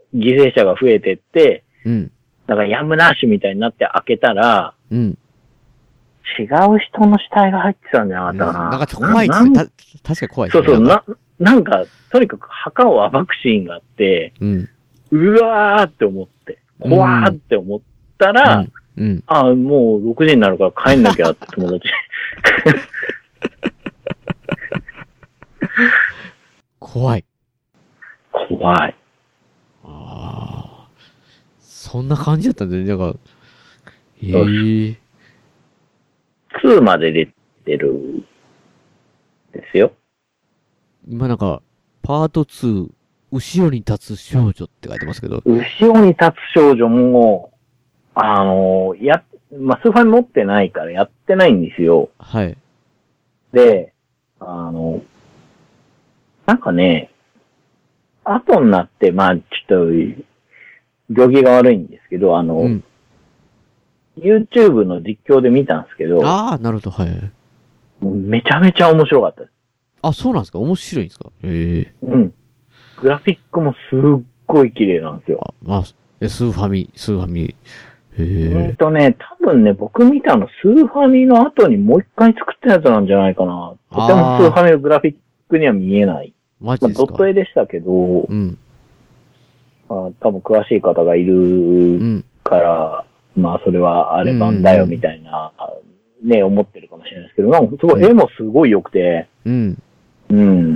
犠牲者が増えてって、 うん。 だからやむなしみたいになって開けたら、 うん。 違う人の死体が入ってたんじゃなかったかな。 なんか怖いっすね。た、確かに怖いっすね。 そうそう、な、なんか、とにかく墓を暴くシーンがあって、 うん。 うわーって思って、怖ーって思ったら、うん。うん、あ、もうろくじになるから帰んなきゃって友達。 怖い。 怖い。 ああ。そんな感じだったんだよね。なんか、へえー。 にまで出てるですよ。 今なんか、パートに、後ろに立つ少女って書いてますけど。 後ろに立つ少女も、あの、や、まあ、スーファミ持ってないからやってないんですよ。 はい。 で、あの、なんかね、後になって、まあ、ちょっと、行儀が悪いんですけど、あの、うん、YouTube の実況で見たんですけど、 ああ、なるほど、はい。 もうめちゃめちゃ面白かったです。 あ、そうなんですか？面白いんですか？へえ。 うん。グラフィックもすっごい綺麗なんですよ。 あ、まあ、え、スーファミ、スーファミ。へえ。 ほんとね、多分ね、僕見たのスーファミの後にもう一回作ったやつなんじゃないかな。とてもスーファミのグラフィックには見えない。 マジですか？ まあ、ドット絵でしたけど、 うん。 まあ、多分詳しい方がいるから、うん、まあ、それはあれ版だよみたいな、うん、ね、思ってるかもしれないですけど、なんかすごい、絵もすごい良くて、 うん。 うん。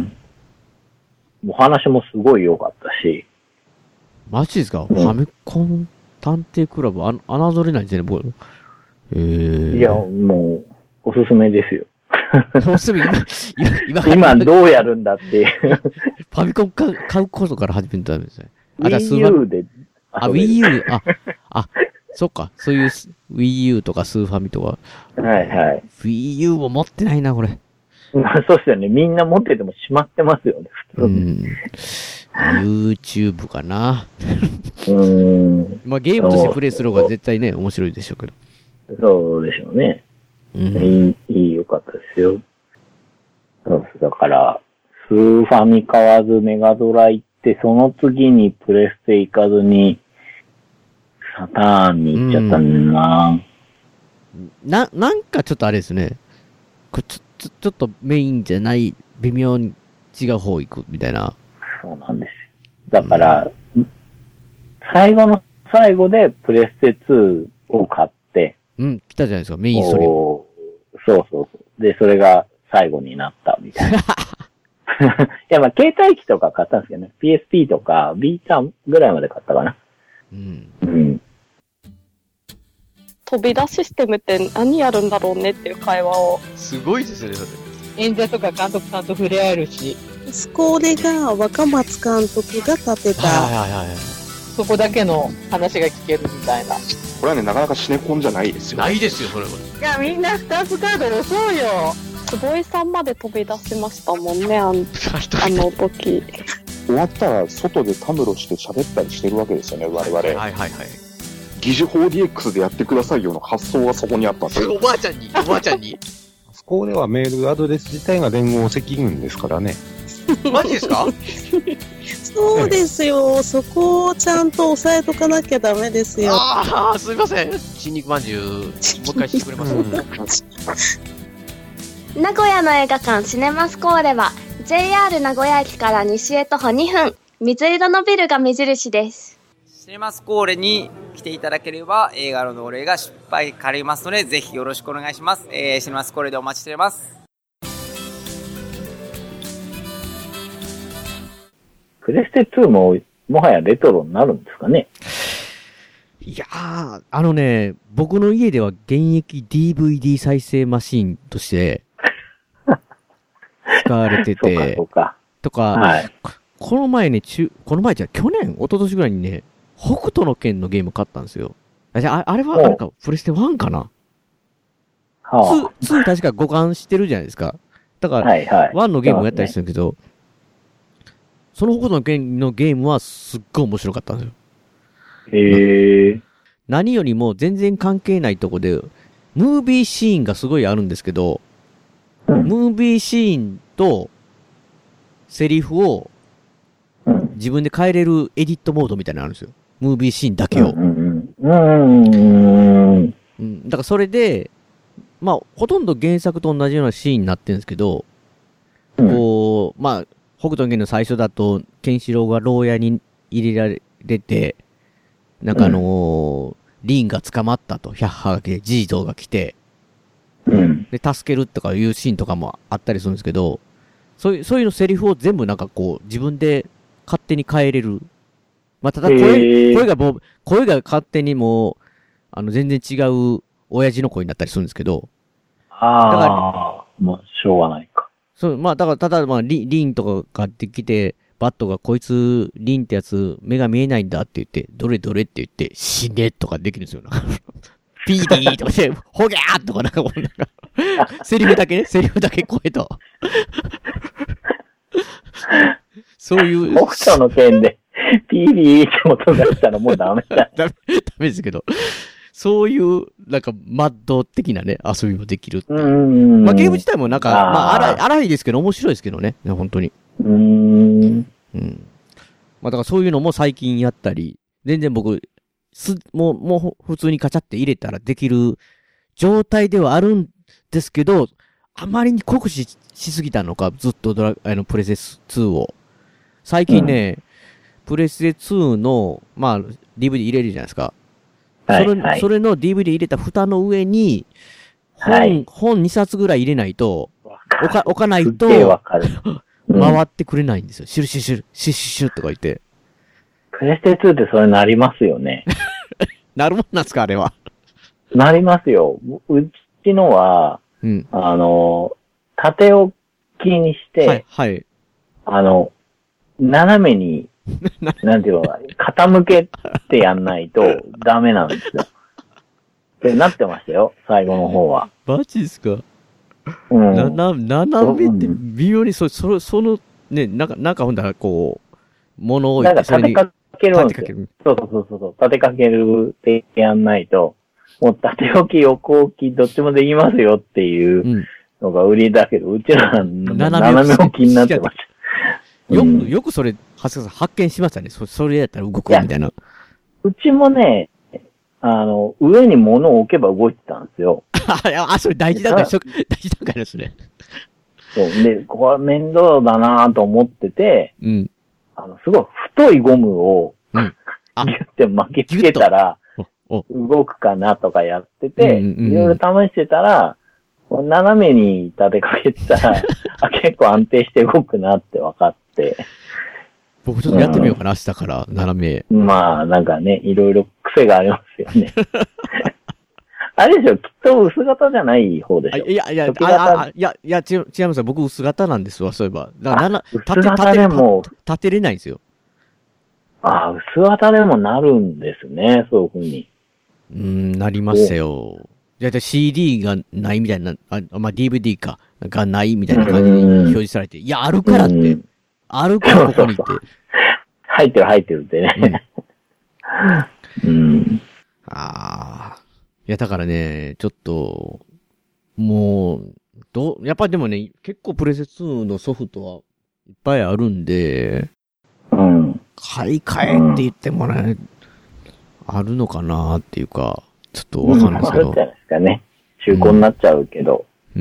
お話もすごい良かったし。 マジですか？うん、ファミコン探偵クラブ、あ、侮れないんですね、僕。えー、 いや、もう、おすすめですよ。 おすすめ、今、 今、今どうやるんだって。 ファミコン買う、買うことから始めたんですね。 あ、じゃあ、Wii U で。 あ、Wii U、あ、あ、そっか、そういう Wii U とかスーファミとか。 はいはい。 Wii U も持ってないな、これ。 まあ、そうですよね。みんな持っててもしまってますよね、普通に。うん。 YouTube かな。 うーん。 まあ、ゲームとしてプレイする方が絶対ね、面白いでしょうけど。 そうでしょうね。 うん。 いい、いい、よかったですよ。そうです。だから、スーファミ買わずメガドラ行って、その次にプレステ行かずに、サターンに行っちゃったんだな、 うん、な、なんかちょっとあれですね。これちょ、ちょ、ちょっとメインじゃない、微妙に違う方行くみたいな。 そうなんですよ。だから、うん、最後の最後でプレステツーを買って、 うん、来たじゃないですか、メインストリーム。 そうそうそう。で、それが最後になったみたいな。いや、まあ、携帯機とか買ったんですけどね。ピーエスピー とか、ビーターぐらいまで買ったかな。 うん。 うん。 飛び出システムって何やるんだろうねっていう会話を。 すごいですね、それ。 演者とか監督さんと触れ合えるし。 スコーレが若松監督が立てた。 はいはいはい。 そこだけの話が聞けるみたいな。 これはね、なかなかシネコンじゃないですよ。 ないですよ、それは。 いや、みんなふたつカード押そうよ。 坪井さんまで飛び出しましたもんね、あの、あの時。 終わったら外でたむろして喋ったりしてるわけですよね、我々。はいはいはい。 疑似 フォーディーエックス でやってくださいよの発想がそこにあったんですよ。 おばあちゃんに、おばあちゃんに。 そこではメールアドレス自体が連合赤軍ですからね。 マジですか？ そうですよ、そこをちゃんと押さえとかなきゃダメですよ。 ああ、すいません。新肉まんじゅう、もう一回してくれます？ 名古屋の映画館シネマスコーレは ジェイアール 名古屋駅から西へ徒歩にふん、水色のビルが目印です。 シネマスコーレに来ていただければ映画のお礼が失敗借りますので、ぜひよろしくお願いします。えー、シネマスコーレでお待ちしております。 プレステツーももはやレトロになるんですかね？ いやー、あのね、僕の家では現役 ディーブイディー 再生マシンとして使われてて、 そうかそうかとか、 はい、 この前ね、中、この前じゃ去年、一昨年ぐらいにね、北斗の拳のゲーム買ったんですよ。あ、じゃあ、あれはなんかプレステワンかな？ はあ、 ツー確か互換してるじゃないですか。だから、はいはい、ワンのゲームをやったりするけど、その北斗の拳のゲームはすっごい面白かったんですよ。 へえ。 何よりも全然関係ないとこで、ムービーシーンがすごいあるんですけど、うん、ムービーシーンとセリフをうん、 自分で変えれるエディットモードみたいなのあるんですよ。ムービーシーンだけを。 うんうんうんうん、だからそれで、まあ、ほとんど原作と同じようなシーンになってるんですけど、うん、こう、まあ、北斗の拳の最初だと、ケンシロウが牢屋に入れられて、なんかあのー、うん、リンが捕まったと、ヒャッハーが来て、ジードが来て、 うん、 で、助けるとかいうシーンとかもあったりするんですけど、そういう、そういうのセリフを全部なんかこう、自分で勝手に変えれる。まあ、ただ声、声がもう、声が勝手にもう、あの、全然違う親父の声になったりするんですけど。 ああ。だから、もう、しょうがないか。 そう、まあ、だから、ただ、まあ、リ、リンとかができて、バットがこいつ、リンってやつ、目が見えないんだって言って、どれどれって言って、死ねとかできるんですよ。ピーディーとかで、ホギャーとかなんか、なんかセリフだけね、セリフだけ声と。そういう。 北斗の拳で、ピーディーって音がしたらもうダメだ。 ダメ、ダメですけど。そういう、なんか、マッド的なね、遊びもできるっていう。まあ、ゲーム自体もなんか、あまあ、荒い、荒いですけど、面白いですけどね、本当に。 うーん。 うん。まあ、だからそういうのも最近やったり、全然僕、す、もう、もう普通にカチャって入れたらできる状態ではあるんですけど、あまりに酷使しすぎたのか、ずっとドラ、あの、プレセスツーを。最近ね、うん、プレステツーの、まあ、ディーブイディー 入れるじゃないですか。はい、それ、はい、それの ディーブイディー 入れた蓋の上に、本、はい、本にさつぐらい入れないと、置か、置かないと、うん、回ってくれないんですよ。シュルシュルシュル、シュルシュルとか言って。 プレステツーってそれなりますよね。 なるもんなんですか、あれは。 なりますよ。うちのは、うん、あの、縦置きにして、はい、はい。あの、斜めに、なんていうのか、傾けてやんないとダメなんですよ。ってなってましたよ、最後の方は。 マジですか？うん。な、な、斜めって微妙にそ、そ、その、ね、なんか、なんかほんだらこう、物を置いて、それに。 立てかけるんですよ。そうそうそうそう。立てかけるってやんないと、もう縦置き、横置き、どっちもできますよっていうのが売りだけど、うちらは斜め置きになってました。 よく、よくそれ、発見しましたね。そ、それやったら動くみたいな。 うちもね、あの、上に物を置けば動いてたんですよ。 あ、それ大事段階、大事段階ですね。 そう。で、これ面倒だなぁと思ってて、うん。あの、すごい太いゴムを、うん。ギュって巻きつけたら、動くかなとかやってて、いろいろ試してたら、斜めに立てかけてたら、あ、結構安定して動くなって分かって。 僕ちょっとやってみようかな、うん、明日から斜め。まあ、なんかね、いろいろ癖がありますよね。あれでしょ、きっと薄型じゃない方でしょ。 いや、いや、ああいや、いや、違いますよ。僕薄型なんですわ、そういえば。だから、 薄型でも立てれないんですよ。 ああ、薄型でもなるんですね、そういう風に。 うーん、なりますよ。だいたい シーディー がないみたいな、あ、まあ、ディーブイディー か、がないみたいな感じに表示されて、いや、あるからって。あるからここにって。そうそう入ってる入ってるってね。うん。うん、 ああ。いや、だからね、ちょっと、もう、どう、やっぱりでもね、結構プレセツーのソフトはいっぱいあるんで、 うん。 買い替えって言ってもね、うん、あるのかなっていうか、ちょっとわかんないですけど。 あるんじゃないですかね。中古になっちゃうけど。 うん。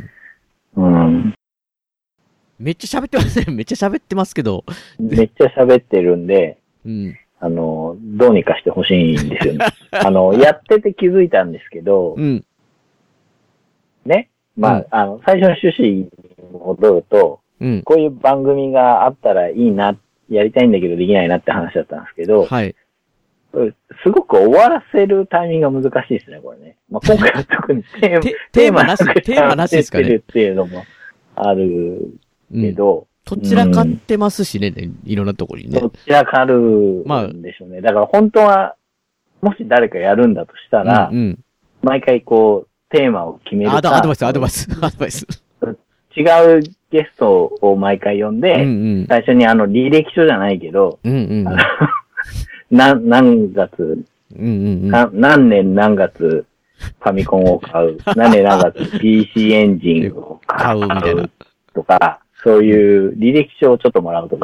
うん。うんめっちゃ喋ってますね。めっちゃ喋ってますけど。 めっちゃ喋ってるんで、うん、あの、どうにかしてほしいんですよね。あの、やってて気づいたんですけど、うん、ね。まあ、うん、あの、最初の趣旨に戻ると、うん、こういう番組があったらいいな、やりたいんだけどできないなって話だったんですけど、はい。すごく終わらせるタイミングが難しいですね、これね。まあ、今回は特にテーマ、 テーマなし、テーマなしですかね。 っていうのもあるけど、 うん、どちらかってますしね、うん、いろんなところにね。 どちらかるんでしょうね。まあ、だから本当は、もし誰かやるんだとしたら、うんうん、毎回こう、テーマを決めるか。 アドバイス、アドバイス、アドバイス。 違うゲストを毎回呼んで、うんうん、最初にあの、履歴書じゃないけど、うんうん、あのな何月、うんうんうんな、何年何月、ファミコンを買う、何年何月、ピーシー エンジンを買う、みたいな。とか、そういう履歴書をちょっともらうとか、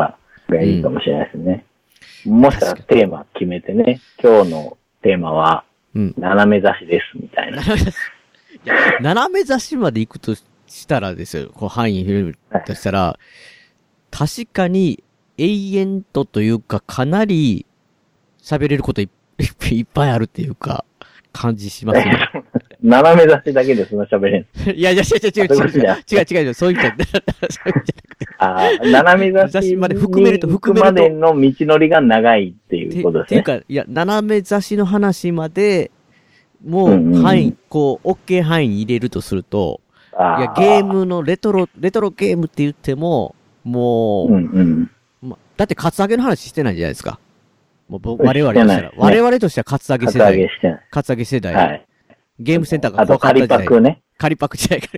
がいいかもしれないですね。うん、もしかしたらテーマ決めてね、今日のテーマは、斜め差しです、みたいな。 斜め差しまで行くとしたらですよ、こう範囲広いとしたら、はい、確かに永遠とというか、かなり喋れることいっぱいあるっていうか、感じしますね。 斜め差しだけでそんな喋れん。 いやいや、違う違う違う違う違う違う違う、そういう人、そういうじゃなくて。 ああ、斜め差しまで含めると、含めると。までの道のりが長いっていうことですね。 っていうか、いや、斜め差しの話まで、もう、範囲、うんうん、こう、OK 範囲に入れるとすると、いや、ゲームのレトロ、レトロゲームって言っても、もう、うんうんま、だってカツアゲの話してないじゃないですか。もう我々としたら、ね、我々としてはカツアゲ世代。カツアゲしてない。カツアゲ世代。はい。ゲームセンターが怖かった時代。あと、仮パクね。仮パク時代から。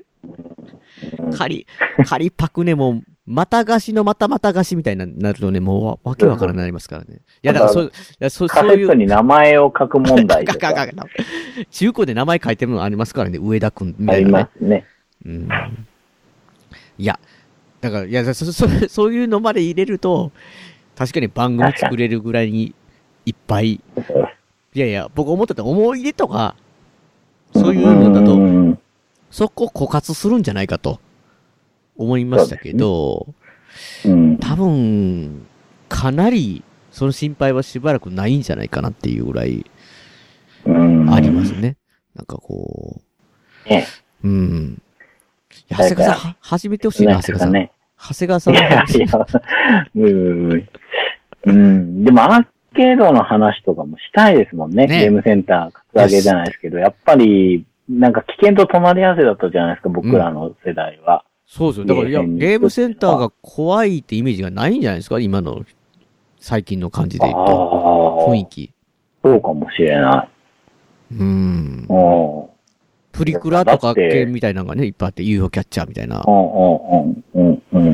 仮、仮パクね、もう、また貸しのまたまた貸しみたいになるとね、もうわけわからなくなりますからね。いや、だからそう、いや、そう、そういう。 カセットに名前を書く問題とか。 中古で名前書いてるのありますからね、上田くんみたいな、ね。 ありますね。 うん。いや、だから、いや、そ、そ、そういうのまで入れると、確かに番組作れるぐらいにいっぱい。いやいや、僕思ってた思い出とか、そういうのだと、そこ枯渇するんじゃないかと思いましたけど、ねうん、多分、かなり、その心配はしばらくないんじゃないかなっていうぐらい、ありますね。なんかこう、ね、うん。長谷川さん、始めてほしいな、長谷川さん。ね、長谷川さんの話。いやいや、 うん、うん。でも、アーケードの話とかもしたいですもんね。ねゲームセンター、カツアゲじゃないですけど、やっぱり、なんか危険と隣り合わせだったじゃないですか、僕らの世代は。 うん、そうですよ。だから、いや、ゲームセンターが怖いってイメージがないんじゃないですか、今の、最近の感じで言うと。雰囲気。 そうかもしれない。 うん。プリクラとか系みたいなのがね、いっぱいあって、ユーフォー キャッチャーみたいな。 うんうんうんうんうん。うん、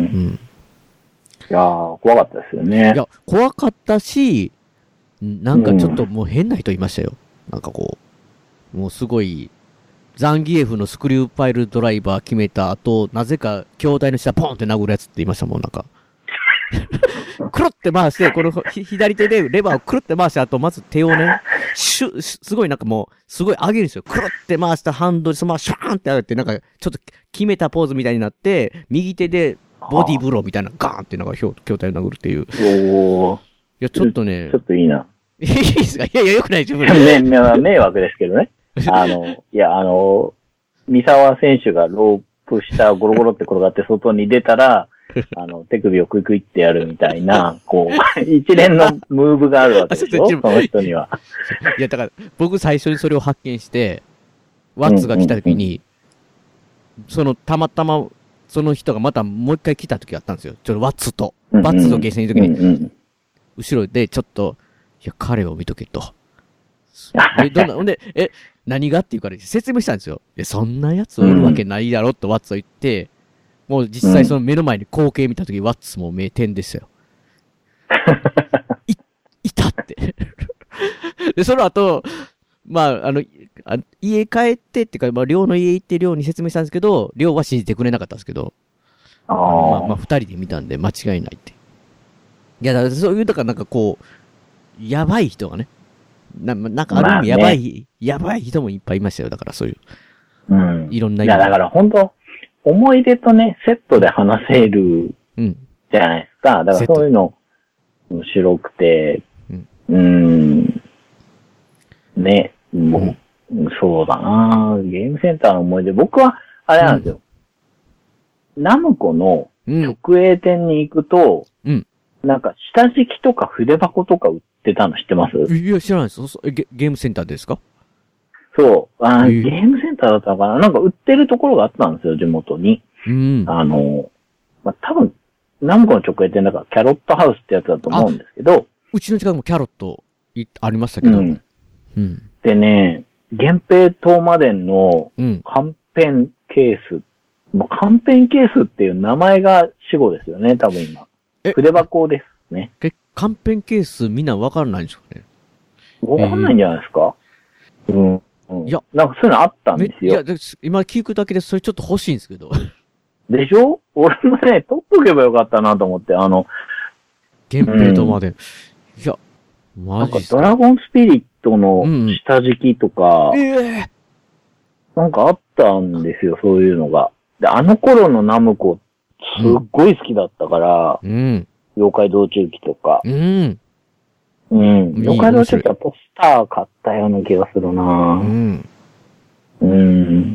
いやー、怖かったですよね。 いや、怖かったし、なんかちょっともう変な人いましたよ。うん、なんかこう、もうすごい、ザンギエフのスクリューパイルドライバー決めた後、なぜか兄弟の下ポンって殴るやつって言いましたもん、なんか。くるって回して、この左手でレバーをくるって回した後、まず手をね、シュすごいなんかもう、すごい上げるんですよ。くるって回したハンドル、そのままシューンって上げて、なんかちょっと決めたポーズみたいになって、右手でボディーブローみたいなガーンってなんか筐体を殴るっていう。 おー。いや、ちょっとね。 ちょっといいな。 いいですか？いやいや、よくない自分で。ね、迷惑ですけどね。あの、いや、あの、三沢選手がロープ下ゴロゴロって転がって外に出たら、あの、手首をクイクイってやるみたいな、こう、一連のムーブがあるわけでしょその人には。 いや、だから、僕最初にそれを発見して、ワッツが来た時に、うんうんうん、その、たまたま、その人がまたもう一回来た時があったんですよ。ちょっとワッツと、ワッツとゲーセンの時に、うんうん、後ろでちょっと、いや、彼を見とけと。え、どんな、ほんで、え、何がっていうから説明したんですよ。え、そんな奴おるわけないだろとワッツは言って、もう実際その目の前に光景見たとき、ワッツも名店ですよ。い、いたって。で、その後、まあ、あの、あ家帰ってっていうか、まあ、寮の家行って寮に説明したんですけど、寮は信じてくれなかったんですけど、あまあ、まあ、二人で見たんで間違いないって。いや、だからそういう、だからなんかこう、やばい人がね、な、なんかある意味やばい、まあね、やばい人もいっぱいいましたよ。だからそういう。 うん。 いろんな意味。いや、だから本当思い出とね、セットで話せる、じゃないですか。うん、だからそういうの、面白くて、うん、うーん、ね、もう、うん、そうだなゲームセンターの思い出。僕は、あれなんですよ。うん、ナムコの直営店に行くと、うん、なんか下敷きとか筆箱とか売ってたの知ってます？ いや、知らないです。ゲ、ゲームセンターですか？ そう。あ、えー、ゲームセンターだったのかななんか売ってるところがあったんですよ、地元に。うん。あの、まあ、多分、ナムコの直営店だからキャロットハウスってやつだと思うんですけど。 うちの近くもキャロットありましたけど。うん。 うん、でね、源平東馬伝のカンペンケース。うん、カンペンケースっていう名前が死語ですよね、多分今。筆箱ですね。 え、カンペンケースみんなわかんないんですかね？ わかんないんじゃないですか？えー、うん。うん、いや、なんかそういうのあったんですよ。 いや、今聞くだけでそれちょっと欲しいんですけど。 でしょ？俺もね、取っとけばよかったなと思って、あの、 ゲームプレートまで。うん、いや、マジっすか。 なんかドラゴンスピリットの下敷きとか、うんうんえー、なんかあったんですよ、そういうのが。で、あの頃のナムコ、すっごい好きだったから、うん、妖怪道中記とか。うん。うん。妖怪道中記はポスター買ったような気がするなうん。うん。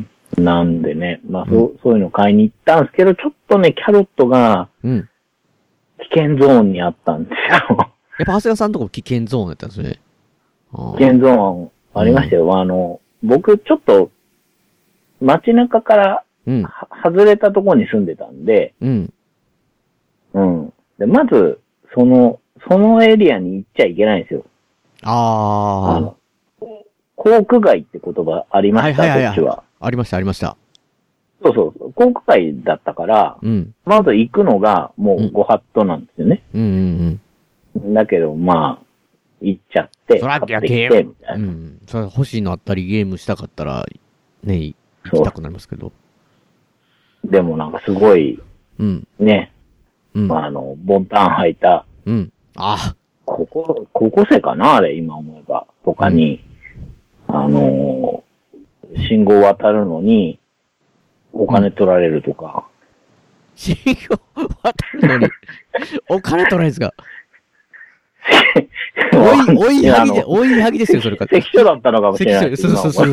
なんでね、まあ、そう、うん、そういうの買いに行ったんですけど、ちょっとね、キャロットが、うん。危険ゾーンにあったんですよ。 やっぱ、長谷川さんのとこ危険ゾーンだったんですね。 危険ゾーンありましたよ。うん、あの、僕、ちょっと、街中から、うん、外れたところに住んでたんで、うん。うん。で、まず、その、そのエリアに行っちゃいけないんですよ。ああ。あの、航空街って言葉ありました、はいはいはい、こっちは。 ありました、ありました。 そうそうそう。航空街だったから、うん。まず行くのがもうご法度なんですよね。うん、うんうんうん。だけど、まあ、行っちゃって、 そら買ってきて、みたいな。うん。それ欲しいのあったり、ゲームしたかったら、ね、行きたくなりますけど。 でもなんかすごい、うん。ね、うん。あの、ボンタン履いた、うん。あここ、高校生かなあれ、今思えば。とかに、うん、あのー、信号渡るのに、お金取られるとか。 信号渡るのに、お金取られるんですかおい、おいはぎで、おいはぎですよ、それか。 関所だったのかもしれない。 そうそうそう。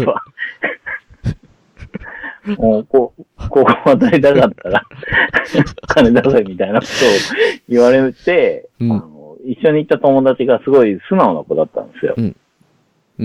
もう、こう、ここ渡りたかったら、金出せみたいなことを言われて、うん、あの一緒に行った友達がすごい素直な子だったんですよ。うん。うん。うん、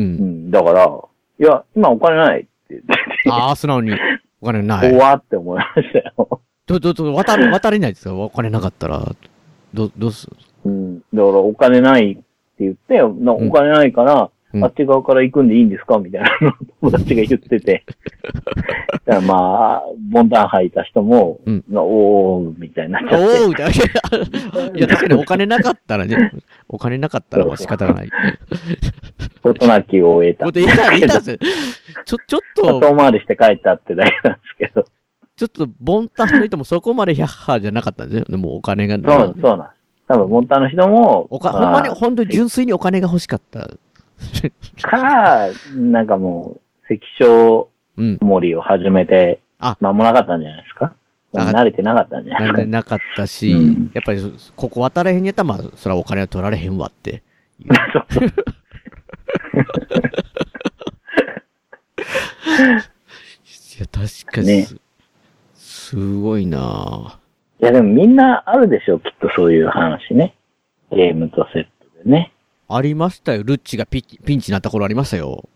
だから、いや、今お金ないって言って。 ああ、素直に。お金ない。 怖って思いましたよ。 ど、ど、ど、渡れ、渡れないですかお金なかったら。ど、どうするうん。だからお金ないって言って、お金ないから、うん、あっち側から行くんでいいんですかみたいなのを友達が言ってて。だからまあ、ボンタン履いた人も、うん、おー、みたいになっちゃって。おー、みたいな。いや、確かにお金なかったらね、お金なかったらまあ仕方がない。 事なきを終えた。 いや、いたんですよ。ちょ、ちょっと。 後回りして帰ったってだけなんですけど。 ちょっと、ボンタンの人もそこまでヒャッハーじゃなかったんですよ。でもお金が。 そう、そうなんです。多分、ボンタンの人も。 おか、ほんまに、ほんとに純粋にお金が欲しかった。 か、なんかもう、関所森を始めて、あ、間もなかったんじゃないですか。慣れてなかったんじゃないですか。 慣れてなかったし、うん、やっぱり、ここ渡れへんやったら、まあ、それはお金は取られへんわって。そうそういや、確かに、ね、すごいなぁ。 いや、でもみんなあるでしょ、きっとそういう話ね。ゲームとセットでね。 ありましたよ。ルッチがピピンチになった頃ありましたよ。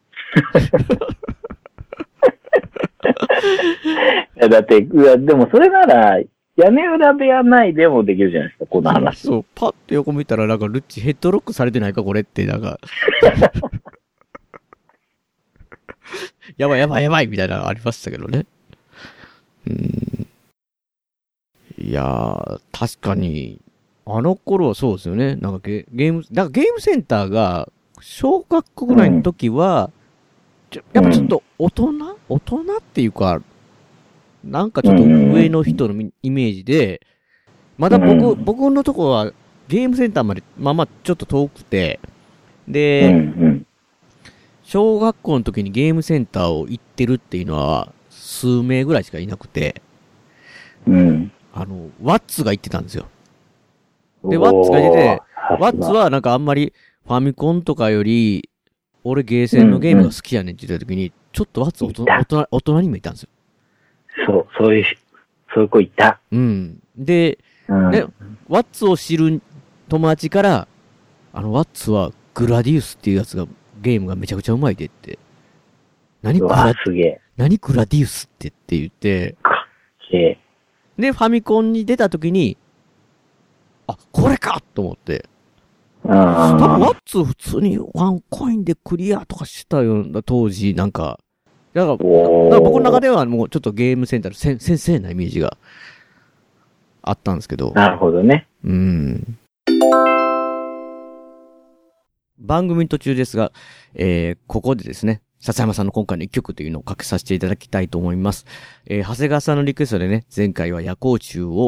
いやだって、いや、でもそれなら、屋根裏部屋内でもできるじゃないですか、この話。 そう、パッと横見たら、なんかルッチヘッドロックされてないか、これって、なんか。やばいやばいやばいみたいなのありましたけどね。うん。いやー、確かに、あの頃はそうですよね。なんかゲゲーム、なんかゲームセンターが、小学校ぐらいの時は、うん、やっぱちょっと大人、うん、大人っていうか、なんかちょっと上の人のイメージで、まだ僕、うん、僕のとこはゲームセンターまで、まあまあちょっと遠くて、で、うんうん小学校の時にゲームセンターを行ってるっていうのは数名ぐらいしかいなくて、うん。あの、ワッツが行ってたんですよ。で、ワッツがいてて、ワッツはなんかあんまりファミコンとかより、俺ゲーセンのゲームが好きやねんって言った時に、うんうん、ちょっとワッツ大人、大人、大人にもいたんですよ。 そう、そういう、そういう子いた。 うん。で、うん、で、ワッツを知る友達から、あの、ワッツはグラディウスっていうやつが、ゲームがめちゃくちゃうまいでって。何グラ、何グラディウスってって言って。で、ファミコンに出た時に、あ、これかと思って。多分ワッツ普通にワンコインでクリアとかしたような当時、なんか、だから、だから僕の中ではもうちょっとゲームセンターの先先生なイメージがあったんですけど。 なるほどね。 うん。番組途中ですが、えー、ここでですね、笹山さんの今回の一曲というのをかけさせていただきたいと思います。えー、長谷川さんのリクエストでね、前回は夜光虫を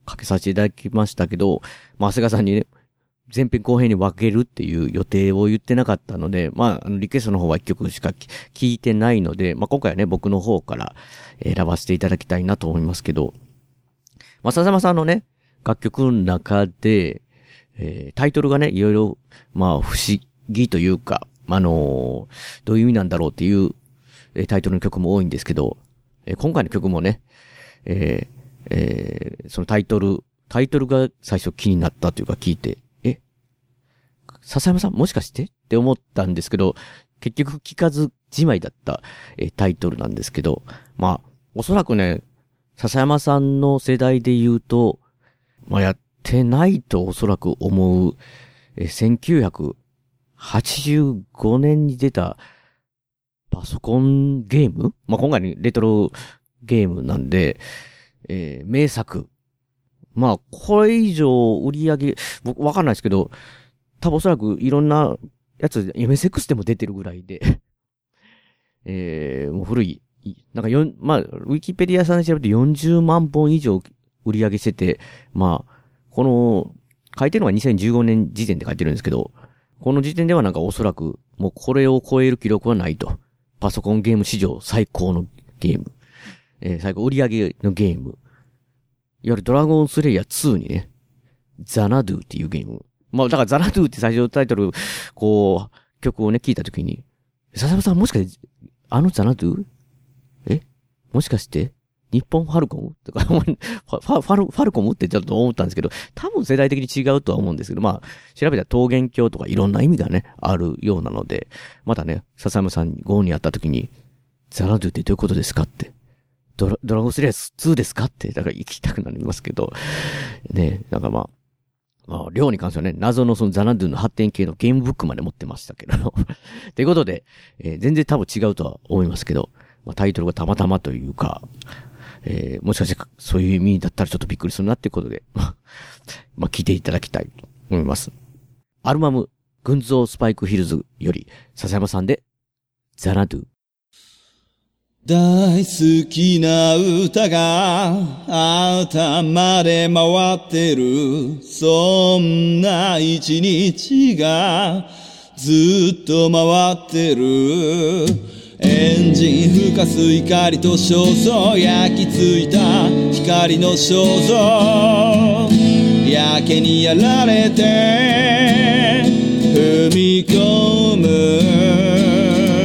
かけさせていただきましたけど、まあ、長谷川さんにね、前編後編に分けるっていう予定を言ってなかったので、まあ、あのリクエストの方はいっきょくしか聞いてないので、まあ、今回はね、僕の方から選ばせていただきたいなと思いますけど、まあ、笹山さんのね、楽曲の中で、えー、タイトルがね、いろいろ、まあ、不思議というか、あのー、どういう意味なんだろうっていう、えー、タイトルの曲も多いんですけど、えー、今回の曲もね、えーえー、そのタイトル、タイトルが最初気になったというか聞いて、笹山さんもしかしてって思ったんですけど、結局聞かずじまいだった、えー、タイトルなんですけど、まあ、おそらくね、笹山さんの世代で言うと、まあやってないとおそらく思う、えー、せんきゅうひゃくはちじゅうごねんに出たパソコンゲーム？まあ今回にレトロゲームなんで、えー、名作。まあこれ以上売り上げ、僕わかんないですけど、多分おそらくいろんなやつ、エムエスエックス でも出てるぐらいで、えー、もう古い、なんかよん、まあ、ウィキペディアさんで調べてよんじゅうまんぼん以上売り上げしてて、まあ、この、書いてるのがにせんじゅうごねん時点で書いてるんですけど、この時点ではなんかおそらく、もうこれを超える記録はないと。パソコンゲーム史上最高のゲーム。えー、最高売り上げのゲーム。いわゆるドラゴンスレイヤーツーにね、ザナドゥっていうゲーム。まあ、だからザナドゥって最初のタイトル、こう、曲をね、聞いたときに、笹山さんもしかして、あのザナドゥえもしかして、日本ファルコムとか、ファ、ファル、ファルコムってちょっと思ったんですけど、多分世代的に違うとは思うんですけど、まあ、調べたら桃源郷とかいろんな意味がね、あるようなので、またね、笹山さんにごに会ったときに、ザナドゥってどういうことですかって、ドラ、ドラゴンスレイヤーツーですかって、だから行きたくなりますけど、ね、なんかまあ、まあ、量に関してはね、謎のそのザナドゥの発展系のゲームブックまで持ってましたけど。ということで、えー、全然多分違うとは思いますけど、まあ、タイトルがたまたまというか、えー、もしかしてそういう意味だったらちょっとびっくりするなっていうことで、まあ、聞いていただきたいと思います。アルバム、群像スパイクヒルズより、笹山さんで、ザナドゥ。 大好きな歌が頭で回ってる。そんな一日がずっと回ってる。エンジン吹かす怒りと焦燥、焼き付いた光の肖像、やけにやられて踏み込む。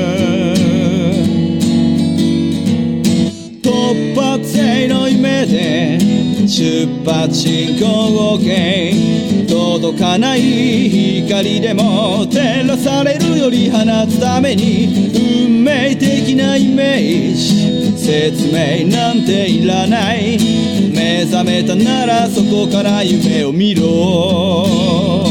突発性の夢で出発進行形、届かない光でも照らされるより放つために、運命的なイメージ、説明なんていらない。目覚めたならそこから夢を見ろ。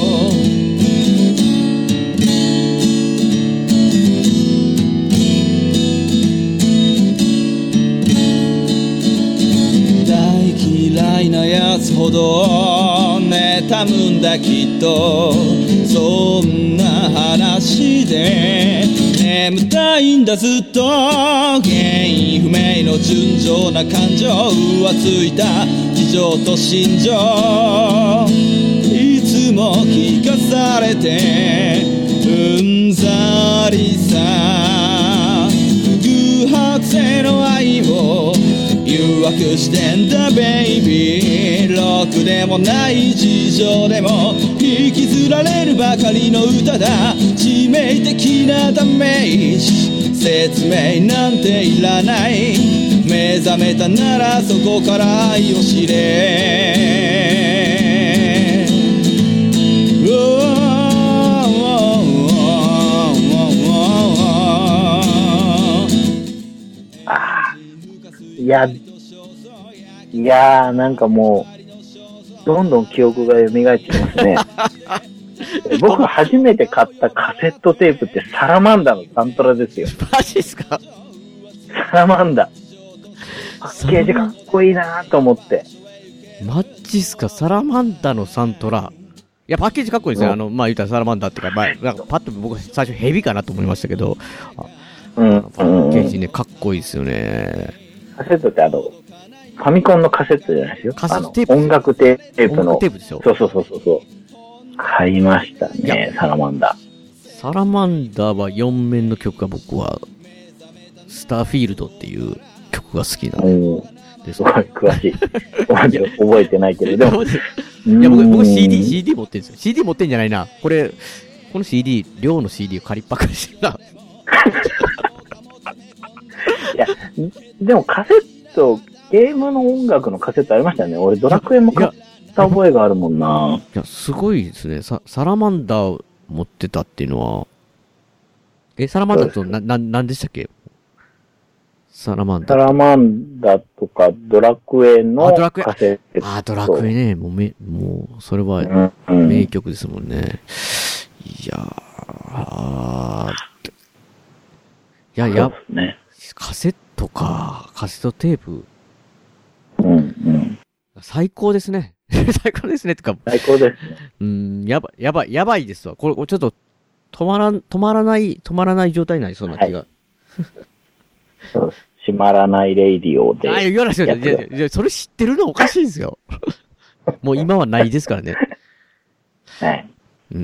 嫌いなやつほど妬むんだきっと。そんな話で眠たいんだずっと。原因不明の純情な感情、浮ついた事情と心情、いつも聞かされてうんざりさ。偶発性の愛を誘惑してんだベイビー。ろくでもない事情でも引きずられるばかりの歌だ。致命的なダメージ、説明なんていらない。目覚めたならそこから愛を知れ。 いや、いやー、なんかもう、どんどん記憶が蘇ってきますね。僕が初めて買ったカセットテープってサラマンダのサントラですよ。 マジっすか？ サラマンダ。パッケージかっこいいなーと思って。 マジっすか？サラマンダのサントラ。いや、パッケージかっこいいですね。あの、まあ、言ったらサラマンダっていうか、まあ、なんかパッと僕最初ヘビかなと思いましたけど、 うん、 パッケージね、かっこいいですよね。 カセットってあの、 ファミコンのカセットじゃないですよ。 カセットテープ。 音楽テープの。 音楽テープでしょ。 そうそうそうそう。買いましたね、サラマンダー。 サラマンダーはよん面の曲が僕は、スターフィールドっていう曲が好きなんです。 すごい詳しい。覚えてないけど、でも。 いや、僕、僕 シーディー、シーディー 持ってるんですよ。シーディー 持ってんじゃないな。これ、この シーディー、量の シーディー を借りっぱかりしてるな。 いや、でもカセット、ゲームの音楽のカセットありましたよね。俺ドラクエも買った覚えがあるもんな。 いや、すごいですね。サ、サラマンダー持ってたっていうのは、え、サラマンダーとな、な、なんでしたっけ？サラマンダー。サラマンダーとかドラクエのカセット。 あ、ドラクエね。もうめ、もう、それは名曲ですもんね。うんうん、いやー、いや、や、 ね、 カセットか。カセットテープ。 うんうん。 最高ですね。最高ですね。ってか。 最高ですね。 うん、やばい、やばい、やばいですわ。これ、ちょっと、止まらん、止まらない、止まらない状態になりそうな気が。はい、 そうです。閉まらないレイディオで。 あ、言わないですよ。いやいや、それ知ってるのおかしいんですよ。もう今はないですからね。 はい。 うん。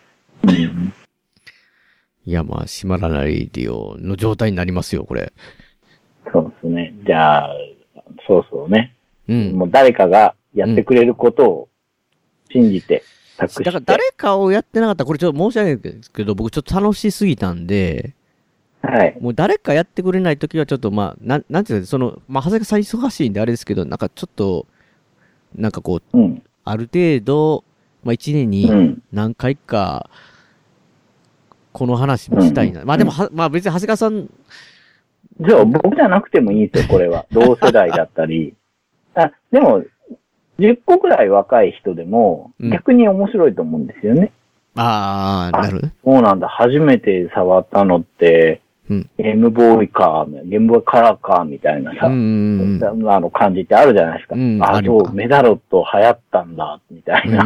いや、まあ、閉まらないレイディオの状態になりますよ、これ。 そうですね。じゃあ、そうそうね。 うん。 もう誰かがやってくれることを信じて、託して。 だから誰かをやってなかったら、これちょっと申し訳ないですけど、僕ちょっと楽しすぎたんで、 はい。 もう誰かやってくれないときはちょっとまあ、なん、なんていうか、その、まあ、長谷川さん忙しいんであれですけど、なんかちょっと、なんかこう、 うん、 ある程度、まあ一年に何回か、この話もしたいな。うん、まあでもは、まあ別に長谷川さん、 じゃあ僕じゃなくてもいいんですよ、これは。同世代だったり。あ、でも、じゅっこくらい若い人でも、逆に面白いと思うんですよね。 うん、ああ、なるほど。 そうなんだ。初めて触ったのって、うん、ゲームボーイか、ゲームボーイカラーか、みたいなさ、うんうん、あの感じってあるじゃないですか。うん、あ、そう、メダロット流行ったんだ、みたいな、うん、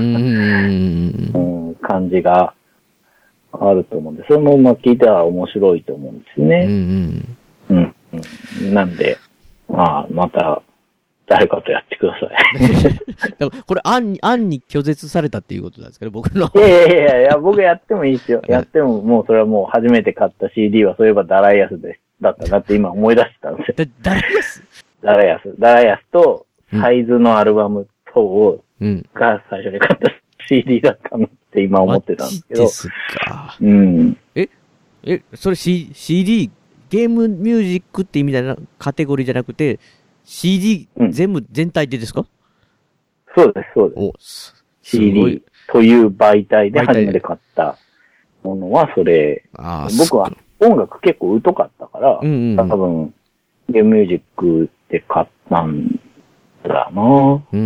感じがあると思うんで、そのまま聞いたら面白いと思うんですね。うんうんうん、なんで、まあ、また、誰かとやってください。 でもこれ、案に、案に拒絶されたっていうことなんですかね、僕の。 いやいやいやいや、僕やってもいいですよ。やっても、もうそれはもう初めて買った シーディー はそういえばダライアスで、だったなって今思い出したんですよ。 ダライアスダライアス。ダライアスと、サイズのアルバム等を、うん、が最初に買った シーディー だったのって今思ってたんですけど。マジですか。 うん。 ええ、それ C、シーディー、ゲームミュージックって意味でなカテゴリーじゃなくて、シーディー 全部、うん、全体でですか？ そうです、そうです。シーディー という媒体で初めて買ったものはそれ。僕は音楽結構疎かったから、うんうんうん、多分、ゲームミュージックで買ったんだな、うんうん、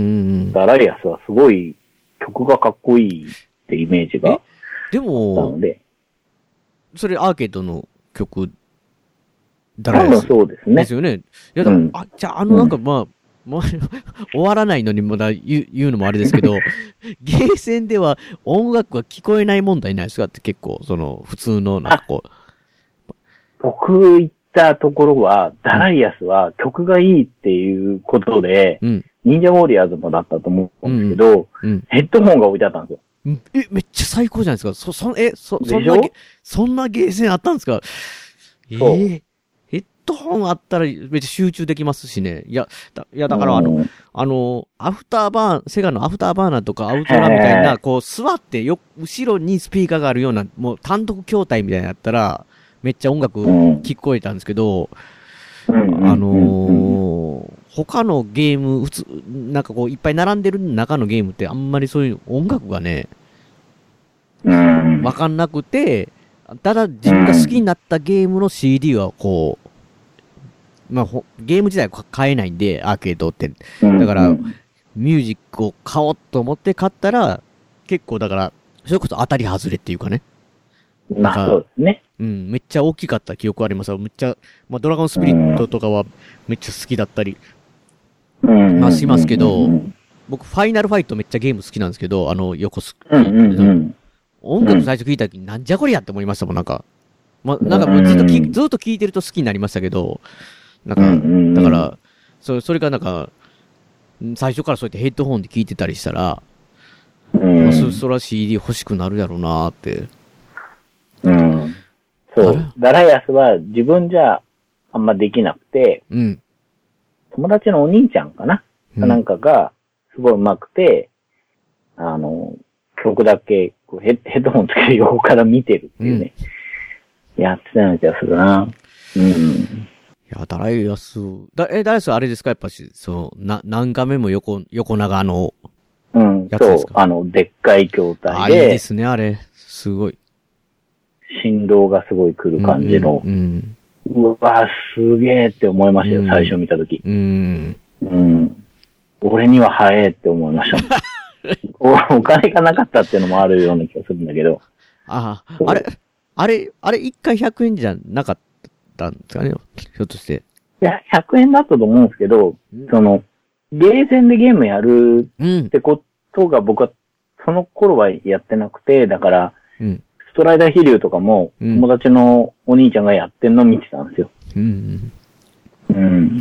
ダライアスはすごい曲がかっこいいってイメージがあったので。でも、 それアーケードの曲ダライアス。 そうですね。 ですよね。いや、だから、うん、あ、じゃあ、あの、なんか、まあ、まあ、終わらないのにまだ言う、言うのもあれですけど、ゲーセンでは音楽が聞こえない問題ないですかって結構、その、普通の、なんかこう。 僕行ったところは、ダライアスは曲がいいっていうことで、うん、忍者ウォリアーズもだったと思うんですけど、うんうん、ヘッドホンが置いてあったんですよ。 え、めっちゃ最高じゃないですか。そ、そ、え、そ、そんな、そんなゲーセンあったんですか？えーヘッドホンあったらめっちゃ集中できますしね。いや、だ、いやだからあの、あの、アフターバーン、セガのアフターバーナーとかアウトラみたいな、こう座ってよ、後ろにスピーカーがあるような、もう単独筐体みたいなやったら、めっちゃ音楽聞こえたんですけど、あのー、他のゲーム、普通、なんかこういっぱい並んでる中のゲームってあんまりそういう音楽がね、わかんなくて、ただ自分が好きになったゲームの シーディー はこう、まあ、ゲーム自体は買えないんで、アーケードって。だから、ミュージックを買おうと思って買ったら、結構だから、それこそ当たり外れっていうかね。 まあ、そうですね。 うん、めっちゃ大きかった記憶あります。めっちゃ、まあ、ドラゴンスピリットとかはめっちゃ好きだったり、まあしますけど、僕、ファイナルファイトめっちゃゲーム好きなんですけど、あの、横スク。音楽最初聞いた時になんじゃこりゃって思いましたもん、なんか。まあ、なんかずっとき、ずっと聞いてると好きになりましたけど、なんか、だから、 そそれがなんか、最初からそうやってヘッドホンで聞いてたりしたら、 うん。 そ、そら シーディー 欲しくなるやろうなーって。 うん。そう。ダライアスは自分じゃあんまできなくて、 うん。 友達のお兄ちゃんかな、うん、なんかが、すごい上手くて、あの、曲だけこうヘッ、ヘッドホンつける横から見てるっていうね。うん、やってたような気がするな。うん。いや、ダライアス、だ、え、ダライアスあれですかやっぱし、そう、な、何画面も横、横長の、 うん、そう、あの、でっかい筐体で。 あ、いいですね、あれ。すごい。 振動がすごい来る感じの。うん、うん、うわ、すげーって思いましたよ、うん、最初見たとき。うん。うん。俺には早えって思いました。お, お金がなかったっていうのもあるような気がするんだけど。 ああ、あれ、あれ、あれ一回ひゃくえんじゃなかったんですかね、ひょっとして。 いや、ひゃくえんだったと思うんですけど、うん、その、ゲーセンでゲームやるってことが僕はその頃はやってなくて、だから、うん、ストライダー飛竜とかも友達のお兄ちゃんがやってんの見てたんですよ。うん。うん。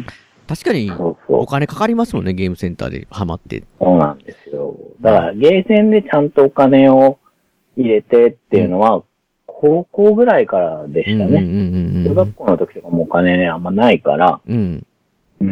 確かに、お金かかりますもんね、ゲームセンターでハマって。 そうなんですよ。だから、ゲーセンでちゃんとお金を入れてっていうのは、高校ぐらいからでしたね。中学校の時とかもお金ね、あんまないから、うん。うん。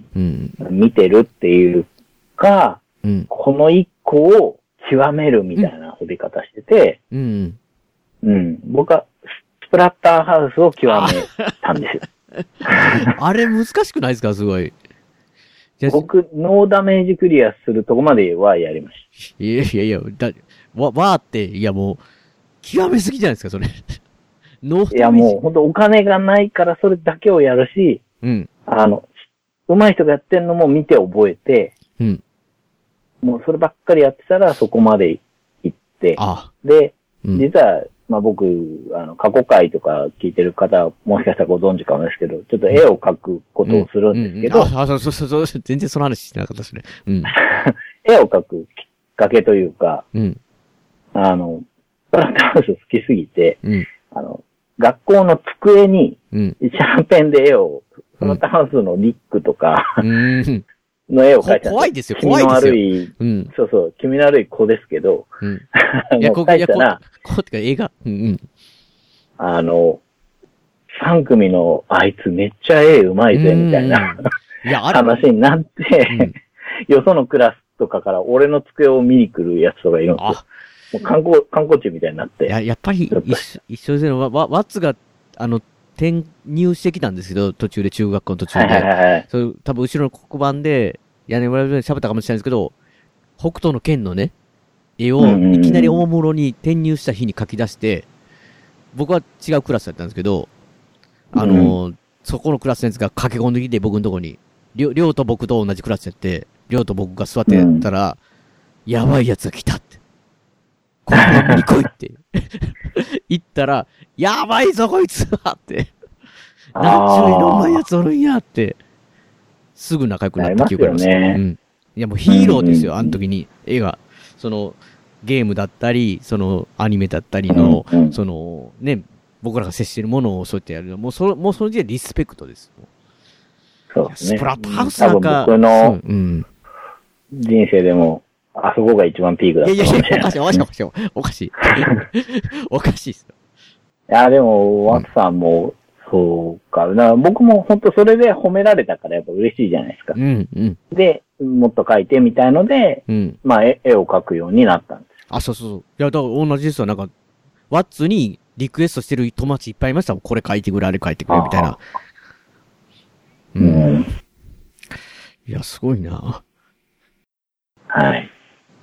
うん、見てるっていうか、うん、この一個を極めるみたいな遊び方してて、うん。うん。僕は、スプラッターハウスを極めたんですよ。 あれ難しくないですかすごい。 僕、ノーダメージクリアするとこまではやりました。 いやいやいや、だわ、わーって、いやもう、極めすぎじゃないですか、それ。 ノーダメージ。いやもう、ほんとお金がないからそれだけをやるし、うん。あの、上手い人がやってんのも見て覚えて、うん。もうそればっかりやってたらそこまで行って、ああで、うん、実は、まあ僕、あの、過去回とか聞いてる方はもしかしたらご存知かもですけど、ちょっと絵を描くことをするんですけど。うんうんうん、 あ、そうそうそう、全然その話してなかったですね。うん。 絵を描くきっかけというか、うん。あの、スプラッターハウス好きすぎて、うん。あの、学校の机に、うん。シャーペンで絵を、スプラッターハウスのリックとか、うん。の絵を描いて怖いですよ、怖いですよ。 気の悪い、うん、そうそう、気味の悪い子ですけど、うん、いや、ここ、いや、ここってか映画、うんうん。 あの、さん組のあいつめっちゃ絵うまいぜ、みたいな話になって、うん、よそのクラスとかから俺の机を見に来るやつとかいるんですよ。もう観光、観光地みたいになって。 いや、やっぱり一緒、一緒ですね。ワワッツが、あの、転入してきたんですけど、途中で、中学校の途中で。はいはいはい、そう、多分後ろの黒板で、屋根裏で喋ったかもしれないですけど、北斗の剣のね、絵をいきなり大室に転入した日に書き出して、僕は違うクラスだったんですけど、あの、うん、そこのクラスのやつが駆け込んできて僕のとこに、りょ、りょうと僕と同じクラスやって、りょうと僕が座ってやったら、うん、やばいやつが来たって。ここに来いって。言ったら、やばいぞこいつはって。何ちゅういろんなやつおるんやって。すぐ仲良くなった記憶があります。ね、うん。いやもうヒーローですよ、あの時に。絵が。その、ゲームだったり、その、アニメだったりの、うんうん、その、ね、僕らが接しているものをそうやってやるの。もうそ、もうその時点でリスペクトです。 そうですね。 スプラッターハウスなんか。 僕の人生でも、あそこが一番ピークだった。 いやいやいや、おかしい、おかしい、おかしい。おかしい。おかしいっすよ。 いや、でも、ワッツさんも、そうか。だから僕も本当それで褒められたからやっぱ嬉しいじゃないですか。うんうん、で、もっと描いてみたいので、うん、まあ絵、絵を描くようになったんです。 あ、そうそうそう。いや、だから同じですよ。なんか、ワッツにリクエストしてる友達いっぱいいましたもん。これ描いてくれ、あれ描いてくれ、みたいな。うん、うん。いや、すごいな。 はい。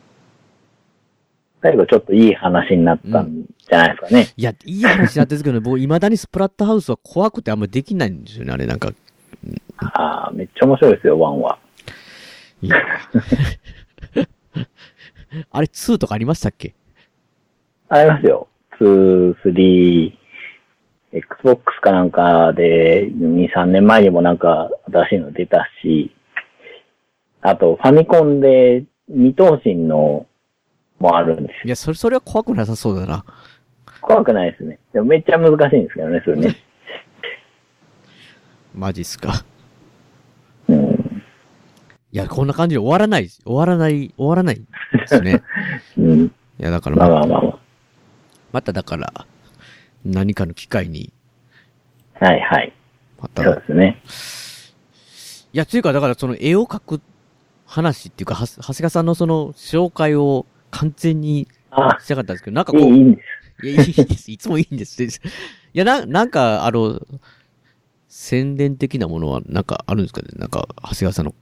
最後ちょっといい話になったんじゃないですかね。うん、 いや、いい話になってるんですけどね、僕未だにスプラッターハウスは怖くてあんまりできないんですよね、あれなんか。 うん、ああ、めっちゃ面白いですよ、ワンは。いや。 あれ、ツーとかありましたっけ？ ありますよ。ツー、スリー、Xbox かなんかでに、さんねんまえにもなんか新しいの出たし、あとファミコンで二頭身のもあるんですよ。 いや、それ、それは怖くなさそうだな。 怖くないですね。でもめっちゃ難しいんですけどね、それね。 マジっすか。 うん。 いや、こんな感じで終わらない、終わらない、終わらないですね。 うん。 いや、だからままあまあまあ。 まただから、何かの機会に。 はいはい。 また。 そうですね。 いや、というか、だからその絵を描く話っていうか、は、長谷川さんのその紹介を完全にしたかったんですけど、なんかこう。 いいんです。 いや、いいです。いつもいいんです。いや、な、なんか、あの、宣伝的なものはなんかあるんですかね、なんか、長谷川さんの。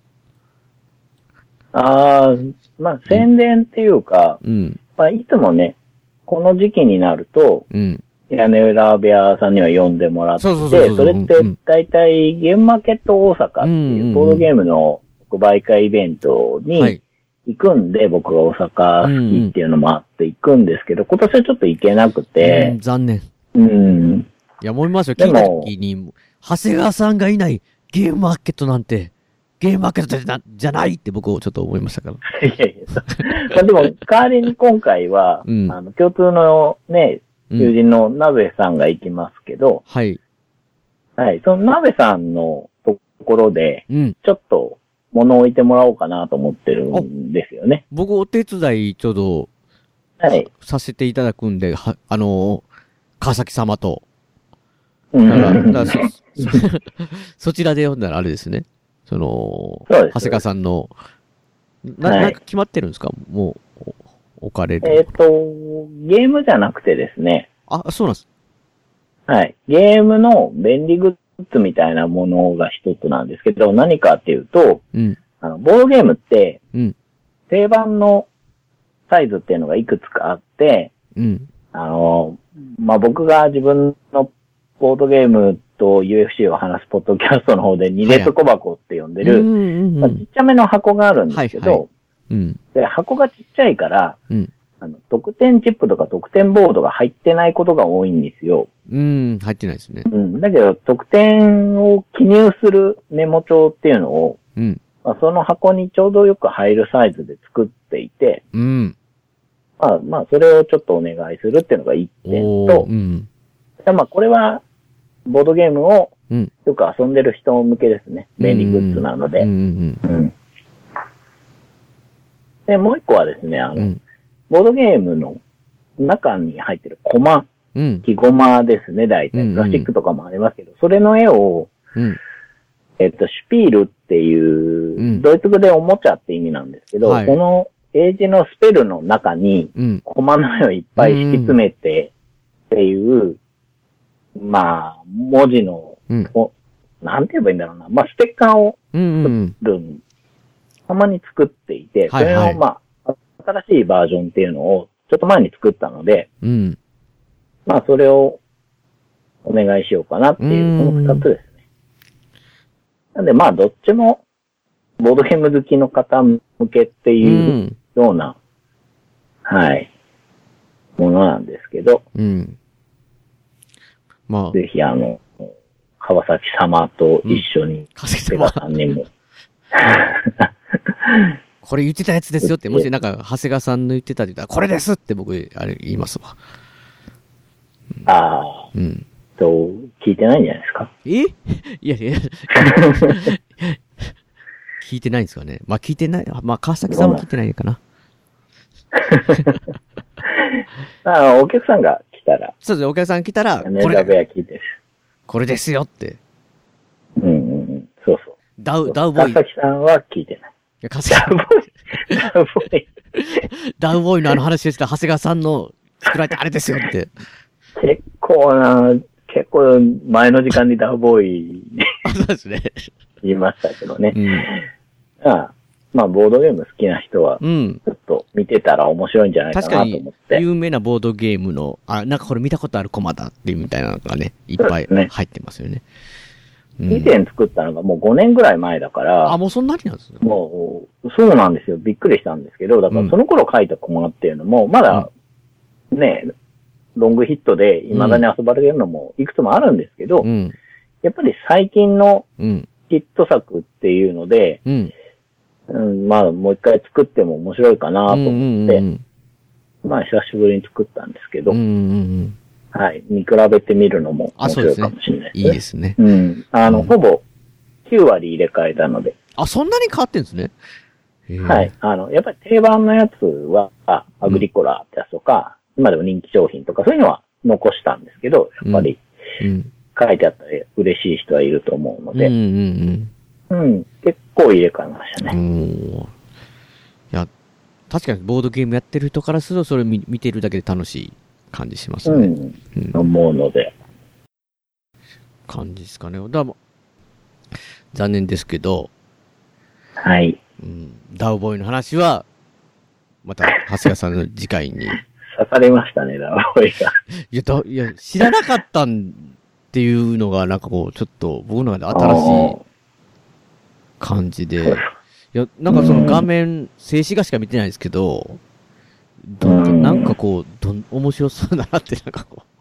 ああ、まあ、宣伝っていうか、 うん。 まあ、いつもね、この時期になると、 うん。 屋根裏部屋さんには呼んでもらって、 そうそうそうそうそれって大体ゲームマーケット大阪っていうボードゲームの特売会イベントに行くんで、はい、僕が大阪好きっていうのもあって行くんですけど、今年はちょっと行けなくて。 うん、残念。 うん。 いや、思いますよ。聞いた時に、長谷川さんがいないゲームマーケットなんて、ゲームマーケットじゃじゃないって僕をちょっと思いましたから。 いやいや、まあでも代わりに今回は、うん、あの共通のね、友人の鍋さんが行きますけど、 うん、はい。 はい。その鍋さんのところで、 うん、 ちょっと物を置いてもらおうかなと思ってるんですよね。 僕お手伝いちょうど、 はい。 させていただくんで、は、あのー、川崎様と。 うん。 だから、だからそ、そちらで読んだらあれですね。その、長谷川さんの、な、はい、なんか決まってるんですか？もう、置かれる。 えっと、ゲームじゃなくてですね。 あ、そうなんです。 はい。ゲームの便利グッズみたいなものが一つなんですけど、何かっていうと、 うん、 あの、ボードゲームって、 うん、 定番のサイズっていうのがいくつかあって、 うん、 あの、まあ、僕が自分のボードゲームと ユーエフシー を話すポッドキャストの方でに列小箱って呼んでる、まあ、ちっちゃめの箱があるんですけど、はいはい、 うん、 で箱がちっちゃいから、 うん、 あの得点チップとか得点ボードが入ってないことが多いんですよ。 うん、入ってないですね。 うん、だけど得点を記入するメモ帳っていうのを、 うん、 まあ、その箱にちょうどよく入るサイズで作っていて、 うん、 まあまあそれをちょっとお願いするっていうのが一点と、 うん、 でまあこれはボードゲームをうん、 よく遊んでる人向けですね。便利グッズなので。 うんうんうん、で、もう一個はですね、あの、 うん、 ボードゲームの中に入ってるコマ、 うん、 木ゴマですね、大体。プラスチックとかもありますけど、それの絵を、 うん、 えっと、シュピールっていう、 うん、 ドイツ語でおもちゃって意味なんですけど、 はい、 この英字のスペルの中に、コマの絵をいっぱい敷き詰めてっていう、うん、まあ、文字の、 うん、 なんて言えばいいんだろうな。まあ、ステッカーを作る、 うんうん、 たまに作っていて、 はいはい、 それをまあ、新しいバージョンっていうのをちょっと前に作ったので、 うん、 まあ、それをお願いしようかなっていう、この二つですね。なんでまあ、どっちも、ボードゲーム好きの方向けっていうような、うん、はい、ものなんですけど、 うん、まあ、 ぜひあの、川崎様と一緒に、ペガさんにも。 これ言ってたやつですよって、もしなんか、長谷川さんの言ってたって言ったら、これですって僕、あれ言いますわ。 うん、ああ。 うん。 と、聞いてないんじゃないですか。 えいやいや、聞いてないんですかね。まあ聞いてない、まあ川崎さんは聞いてないかな。 ああ、お客さんが来たら。 そうですね、お客さん来たら、 これで聞いてる。 これですよって。 うんうんうん。そうそう。 ダウ、ダウボーイ。 川崎さんは聞いてない。いや、川崎ダウボーイ。ダウボーイ。 ダウボーイのあの話ですから、長谷川さんの作られたあれですよって。 結構な、結構前の時間にダウボーイあ、そうですね。 言いましたけどね。 うん。 ああまあ、ボードゲーム好きな人は、ちょっと見てたら面白いんじゃないかなと思って。確かに、有名なボードゲームの、あ、なんかこれ見たことあるコマだっていうみたいなのがね、いっぱい入ってますよね。 うん、以前作ったのがもうごねんぐらい前だから。 あ、もうそんなになんですね。 もう、そうなんですよ。びっくりしたんですけど、だからその頃書いたコマっていうのも、まだ、ね、ロングヒットで未だに遊ばれるのもいくつもあるんですけど、 うん、やっぱり最近のヒット作っていうので、 うんうん、まあ、もう一回作っても面白いかなと思って、うんうんうん、まあ、久しぶりに作ったんですけど、 うんうんうん、 はい、見比べてみるのも面白いかもしれないですね。 いいですね。 うん。あの、うん、ほぼきゅう割入れ替えたので。 あ、そんなに変わってんですね。 はい。あの、やっぱり定番のやつは、アグリコラってやつとか、うん、今でも人気商品とか、そういうのは残したんですけど、やっぱり、書いてあったら嬉しい人はいると思うので、うんうんうん、うん、結構入れ替えましたね。うんいや、確かにボードゲームやってる人からすると、それ見見てるだけで楽しい感じしますね。うん。 うん、思うので。 感じですかね。だ残念ですけど、 はい。 うん、ダウボーイの話は、また、長谷川さんの次回に。 刺されましたね、ダウボーイが。 いや、だ、いや、知らなかったんっていうのが、なんかこう、ちょっと、僕の中で新しい感じで。いや、なんかその画面、静止画しか見てないですけど、どんどん、なんかこう、どん、面白そうだなって、なんかこ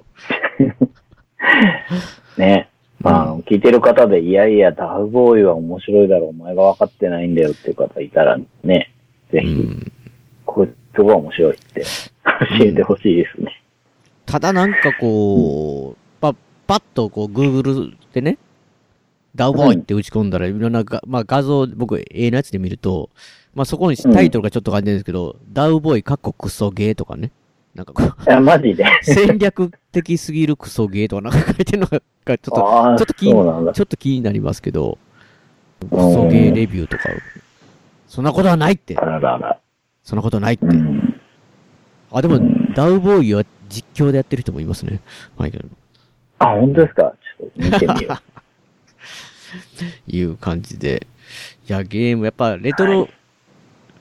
う。ね。まあ、聞いてる方で、いやいや、ダウボーイは面白いだろう、お前が分かってないんだよっていう方いたらね、ぜひ、うん、こいつが面白いって教えてほしいですね、うん。 ただなんかこう、うん、パ, パッとこう、Google でね、ダウボーイって打ち込んだら、いろんなが、まあ画像、僕、A のやつで見ると、まあそこにタイトルがちょっと書いてるんですけど、うん、ダウボーイかっこクソゲーとかね。なんかこう。 いや、マジで。 戦略的すぎるクソゲーとかなんか書いてるのが、ちょっと、ちょっと気に、ちょっと気になりますけど、クソゲーレビューとか、そんなことはないって。 あららら。 そんなことないって。あ、でも、ダウボーイは実況でやってる人もいますね。マイケル。 あ、本当ですか？ちょっと見てみよう。 いう感じで。いや、ゲーム、やっぱレトロ、はい、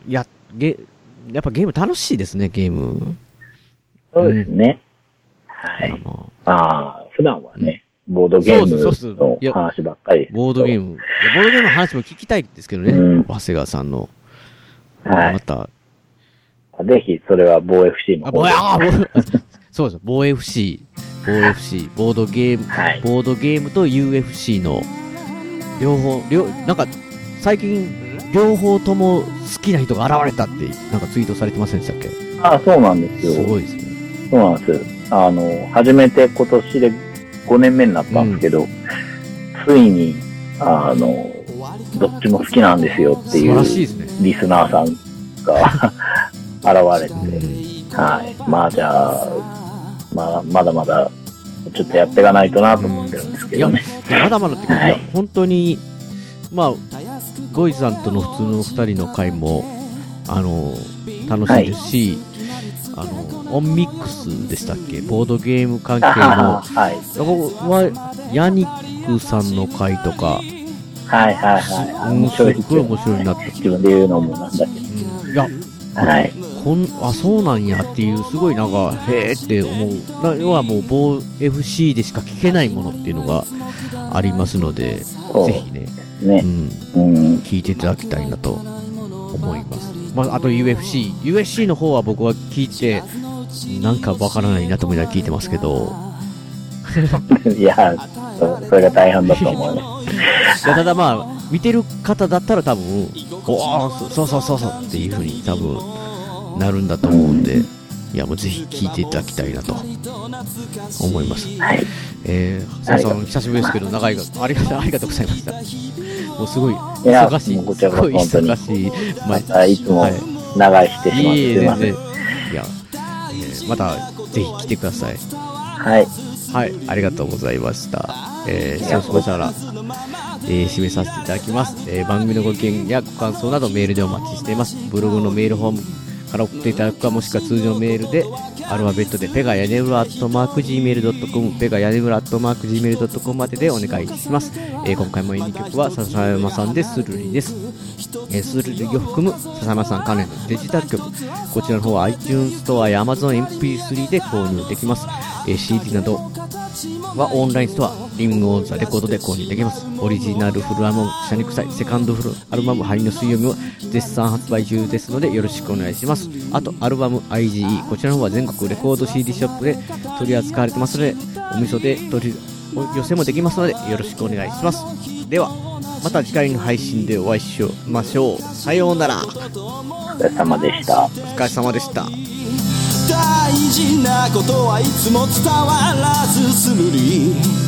や、ゲ、やっぱゲーム楽しいですね、ゲーム。 そうですね。うん、はい。ああ、普段はね、ボードゲームの話ばっかり。 ボードゲーム。ボードゲームの話も聞きたいですけどね、うん、長谷川さんの。 はい。 また。 ぜひ、それはボー エフシー の方で。 あ、ボー、そうです。ボー エフシー、ボー エフシー、ボードゲーム、はい、ボードゲームと ユーエフシー の、両方、両、なんか、最近、両方とも好きな人が現れたって、なんかツイートされてませんでしたっけ？ ああ、そうなんですよ。 すごいですね。 そうなんです。あの、初めて今年でごねんめになったんですけど、うん、ついに、あの、どっちも好きなんですよっていうリスナーさんが現れて、うん、はい。まあじゃあ、まあ、まだまだ、ちょっとやっていかないとなと思ってるんですけどね。 うん、いや、まだまだって、はい、いや、本当に、まあ、ゴイさんとの普通の二人の回も、あの、楽しいですし、はい、あの、オンミックスでしたっけ？ボードゲーム関係の、はい。僕は、ヤニックさんの回とか、 はいはいはい。 面白い。すごい面白いなって。 自分で言うのもなんだけど。 うん、いや、はい。こん、あ、そうなんやっていう、すごいなんか、へーって思う。要はもう、ボー エフシー でしか聞けないものっていうのがありますので、ぜひね、 ね、 うん、うん、聞いていただきたいなと思います。まあ、あと ユーエフシー。ユーエフシー の方は僕は聞いて、なんかわからないなと思いながら聞いてますけど。 いや、それが大変だと思うね。 いや、ただまあ、見てる方だったら多分、おー、そうそうそうそうっていう風に多分なるんだと思うんで、いや、もうぜひ聞いていただきたいなと思います。 はい。 えー、さやさん久しぶりですけど、長いが、ありがとう、ありがとうございました。もうすごい、忙しい。 こちらこそ本当に。 忙しい。 また、いつも長いしてしまってすいません。いや、えー、また、ぜひ来てください。 はい。 はい、ありがとうございました。えー、そろそろら、えー、締めさせていただきます。えー、番組のご意見やご感想などメールでお待ちしています。ブログのメールフォームから送っていただくか、もしくは通常メールで、アルファベットでペガヤネムラアットマーク ジーメールドットコム、ペガヤネムラアットマーク ジーメールドットコム まででお願いします。えー、今回も演技曲は笹山さんでスルリです。えー、スルリを含む笹山さん関連のデジタル曲、こちらの方は iTunes ストアや Amazon エムピースリー で購入できます。えー、シーディー などはオンラインストア、リビングオンザレコードで購入できます。オリジナルフルアルバム、シャニクサイ、セカンドフルアルバム、針の水曜日は絶賛発売中ですのでよろしくお願いします。あと、アルバム アイジーイー、こちらの方は全国レコード シーディー ショップで取り扱われてますので、お店で取り寄せもできますのでよろしくお願いします。では、また次回の配信でお会いしましょう。さようなら。 お疲れ様でした。 お疲れ様でした。 大事なことはいつも伝わらずするり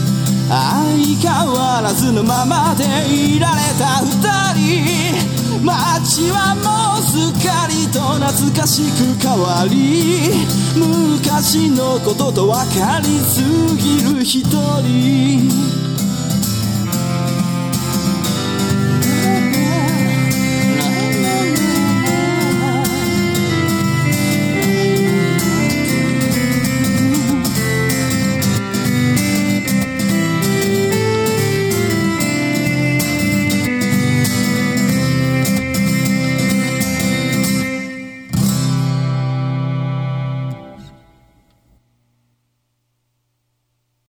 相変わらずのままでいられた二人、街はもうすっかりと懐かしく変わり、昔のことと分かりすぎる一人。